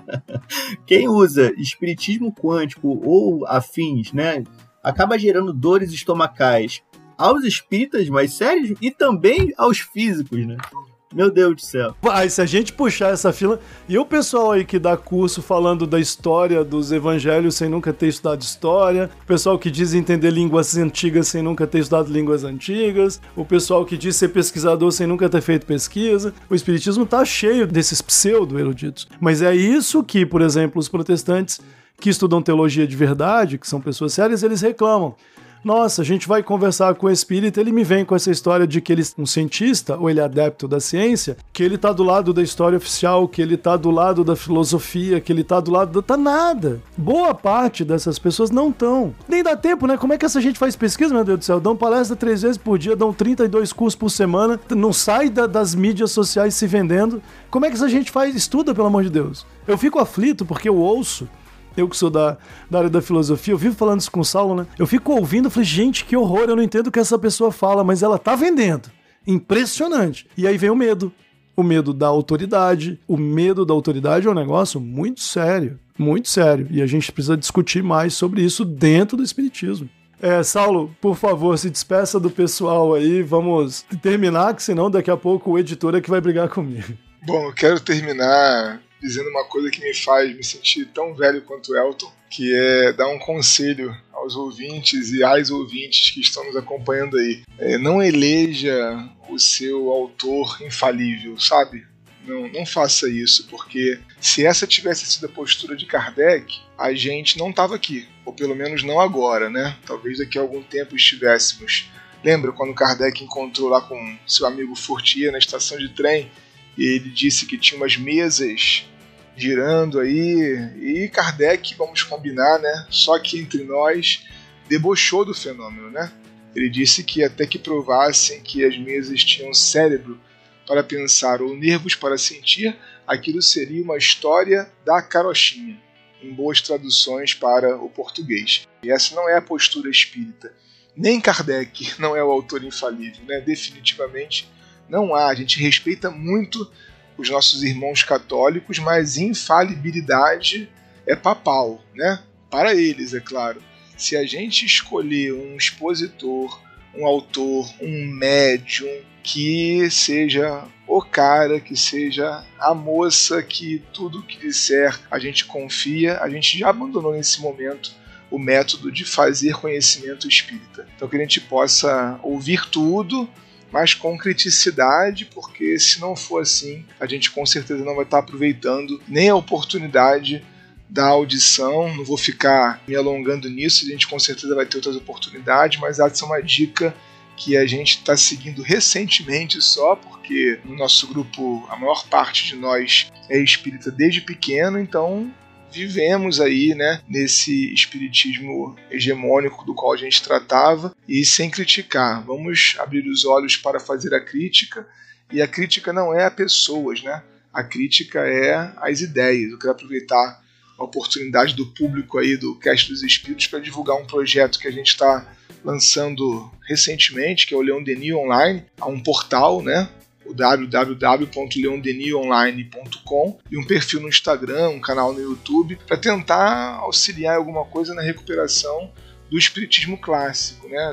Quem usa espiritismo quântico ou afins, né, acaba gerando dores estomacais aos espíritas mais sérios e também aos físicos, né? Meu Deus do céu. Vai, se a gente puxar essa fila... E o pessoal aí que dá curso falando da história dos evangelhos sem nunca ter estudado história, o pessoal que diz entender línguas antigas sem nunca ter estudado línguas antigas, o pessoal que diz ser pesquisador sem nunca ter feito pesquisa. O espiritismo tá cheio desses pseudo-eruditos. Mas é isso que, por exemplo, os protestantes que estudam teologia de verdade, que são pessoas sérias, eles reclamam. Nossa, a gente vai conversar com o espírita, ele me vem com essa história de que ele é um cientista, ou ele é adepto da ciência, que ele tá do lado da história oficial, que ele tá do lado da filosofia, que ele tá do lado... Do... Tá nada. Boa parte dessas pessoas não estão. Nem dá tempo, né? Como é que essa gente faz pesquisa, meu Deus do céu? Dão palestra três vezes por dia, dão trinta e dois cursos por semana, não sai da, das mídias sociais se vendendo. Como é que essa gente faz? Estuda, pelo amor de Deus. Eu fico aflito porque eu ouço, eu que sou da, da área da filosofia, eu vivo falando isso com o Saulo, né? Eu fico ouvindo e falei, gente, que horror, eu não entendo o que essa pessoa fala, mas ela tá vendendo. Impressionante. E aí vem o medo. O medo da autoridade. O medo da autoridade é um negócio muito sério. Muito sério. E a gente precisa discutir mais sobre isso dentro do espiritismo. É, Saulo, por favor, se despeça do pessoal aí. Vamos terminar, que senão daqui a pouco o editor é que vai brigar comigo. Bom, eu quero terminar dizendo uma coisa que me faz me sentir tão velho quanto Elton, que é dar um conselho aos ouvintes e às ouvintes que estão nos acompanhando aí. É, não eleja o seu autor infalível, sabe? Não, não faça isso, porque se essa tivesse sido a postura de Kardec, a gente não estava aqui, ou pelo menos não agora, né? Talvez daqui a algum tempo estivéssemos. Lembra quando Kardec encontrou lá com seu amigo Fortier na estação de trem? E ele disse que tinha umas mesas girando aí, e Kardec, vamos combinar, né? Só que entre nós, debochou do fenômeno, né? Ele disse que até que provassem que as mesas tinham cérebro para pensar ou nervos para sentir, aquilo seria uma história da carochinha, em boas traduções para o português. E essa não é a postura espírita. Nem Kardec não é o autor infalível, né? Definitivamente não há. A gente respeita muito os nossos irmãos católicos, mas infalibilidade é papal, né? Para eles, é claro. Se a gente escolher um expositor, um autor, um médium, que seja o cara, que seja a moça, que tudo que disser a gente confia, a gente já abandonou nesse momento o método de fazer conhecimento espírita. Então que a gente possa ouvir tudo, mas com criticidade, porque se não for assim, a gente com certeza não vai estar aproveitando nem a oportunidade da audição. Não vou ficar me alongando nisso, a gente com certeza vai ter outras oportunidades, mas essa é uma dica que a gente está seguindo recentemente só, porque no nosso grupo a maior parte de nós é espírita desde pequeno, então vivemos aí, né, nesse espiritismo hegemônico do qual a gente tratava, e sem criticar. Vamos abrir os olhos para fazer a crítica, e a crítica não é a pessoas, né? A crítica é as ideias. Eu quero aproveitar a oportunidade do público aí do Cast dos Espíritos para divulgar um projeto que a gente está lançando recentemente, que é o Leon Denis Online, há um portal, né? O w w w ponto leon denis online ponto com, e um perfil no Instagram, um canal no YouTube, para tentar auxiliar alguma coisa na recuperação do espiritismo clássico, né?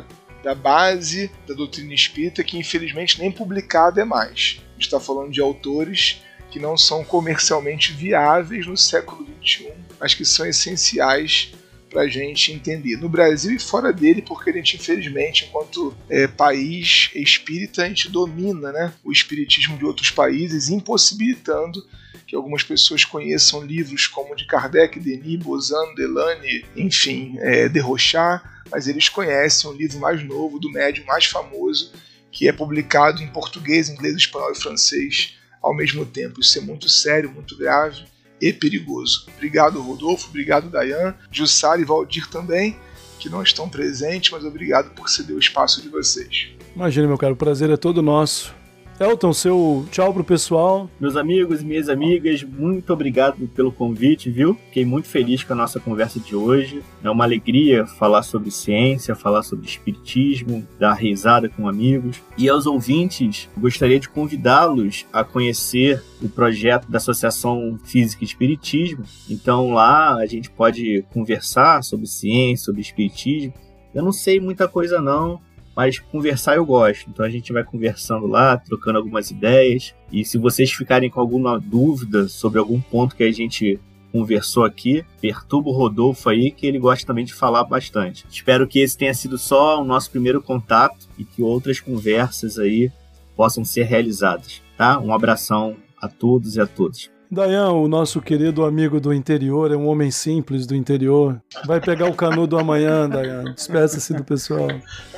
da base da doutrina espírita, que infelizmente nem publicada é mais. A gente está falando de autores que não são comercialmente viáveis no século vinte e um, mas que são essenciais para a gente entender. No Brasil e fora dele, porque a gente, infelizmente, enquanto é, país espírita, a gente domina, né, o espiritismo de outros países, impossibilitando que algumas pessoas conheçam livros como de Kardec, Denis, Bozano, Delane, enfim, é, de Rochard, mas eles conhecem um livro mais novo, do médium mais famoso, que é publicado em português, inglês, espanhol e francês ao mesmo tempo. Isso é muito sério, muito grave e perigoso. Obrigado, Rodolfo, obrigado, Dayan, Jussara e Valdir também, que não estão presentes, mas obrigado por ceder o espaço de vocês. Imagina, meu caro, o prazer é todo nosso. Elton, seu tchau pro pessoal. Meus amigos e minhas amigas, muito obrigado pelo convite, viu? Fiquei muito feliz com a nossa conversa de hoje. É uma alegria falar sobre ciência, falar sobre espiritismo, dar risada com amigos. E aos ouvintes, gostaria de convidá-los a conhecer o projeto da Associação Física e Espiritismo. Então lá a gente pode conversar sobre ciência, sobre espiritismo. Eu não sei muita coisa não, mas conversar eu gosto. Então a gente vai conversando lá, trocando algumas ideias. E se vocês ficarem com alguma dúvida sobre algum ponto que a gente conversou aqui, perturba o Rodolfo aí, que ele gosta também de falar bastante. Espero que esse tenha sido só o nosso primeiro contato e que outras conversas aí possam ser realizadas, tá? Um abração a todos e a todas. Dayan, o nosso querido amigo do interior, é um homem simples do interior. Vai pegar o canudo amanhã, Dayan. Despeça-se do pessoal.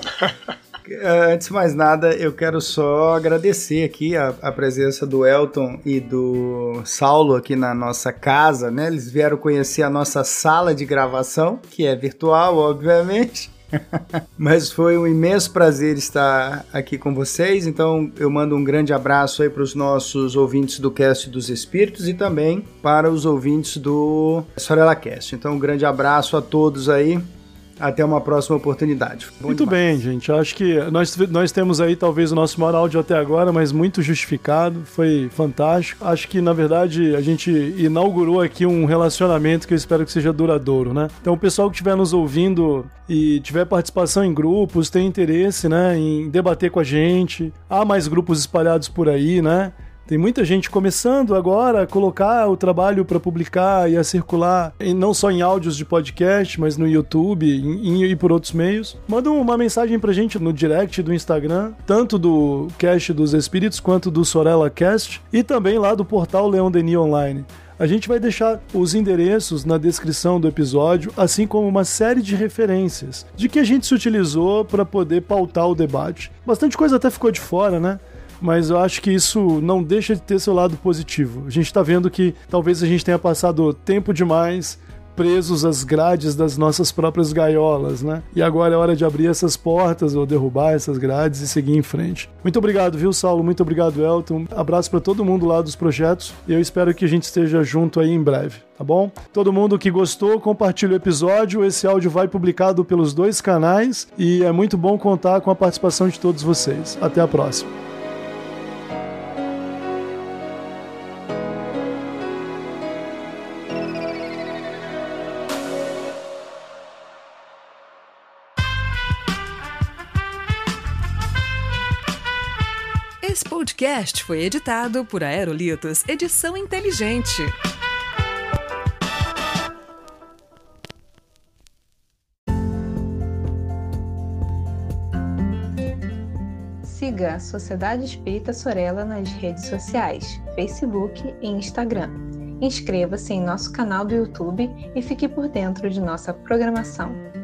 Antes de mais nada, eu quero só agradecer aqui a, a presença do Elton e do Saulo aqui na nossa casa, né? Eles vieram conhecer a nossa sala de gravação, que é virtual, obviamente. Mas foi um imenso prazer estar aqui com vocês. Então eu mando um grande abraço aí para os nossos ouvintes do Cast dos Espíritos e também para os ouvintes do Sorella Cast. Então um grande abraço a todos aí. Até uma próxima oportunidade. Bom muito demais. bem, gente. Acho que nós, nós temos aí talvez o nosso maior áudio até agora, mas muito justificado. Foi fantástico. Acho que, na verdade, a gente inaugurou aqui um relacionamento que eu espero que seja duradouro, né? Então, o pessoal que estiver nos ouvindo e tiver participação em grupos, tem interesse, né, em debater com a gente. Há mais grupos espalhados por aí, né? Tem muita gente começando agora a colocar o trabalho para publicar e a circular, e não só em áudios de podcast, mas no YouTube e, e por outros meios. Manda uma mensagem pra gente no direct do Instagram, tanto do Cast dos Espíritos quanto do Sorella Cast, e também lá do portal Leon Denis Online. A gente vai deixar os endereços na descrição do episódio, assim como uma série de referências de que a gente se utilizou para poder pautar o debate. Bastante coisa até ficou de fora, né? Mas eu acho que isso não deixa de ter seu lado positivo. A gente está vendo que talvez a gente tenha passado tempo demais presos às grades das nossas próprias gaiolas, né? E agora é hora de abrir essas portas ou derrubar essas grades e seguir em frente. Muito obrigado, viu, Saulo? Muito obrigado, Elton. Abraço para todo mundo lá dos projetos e eu espero que a gente esteja junto aí em breve, tá bom? Todo mundo que gostou, compartilha o episódio. Esse áudio vai publicado pelos dois canais e é muito bom contar com a participação de todos vocês. Até a próxima. Esse podcast foi editado por Aerolitos Edição Inteligente. Siga a Sociedade Espírita Sorella nas redes sociais, Facebook e Instagram. Inscreva-se em nosso canal do YouTube e fique por dentro de nossa programação.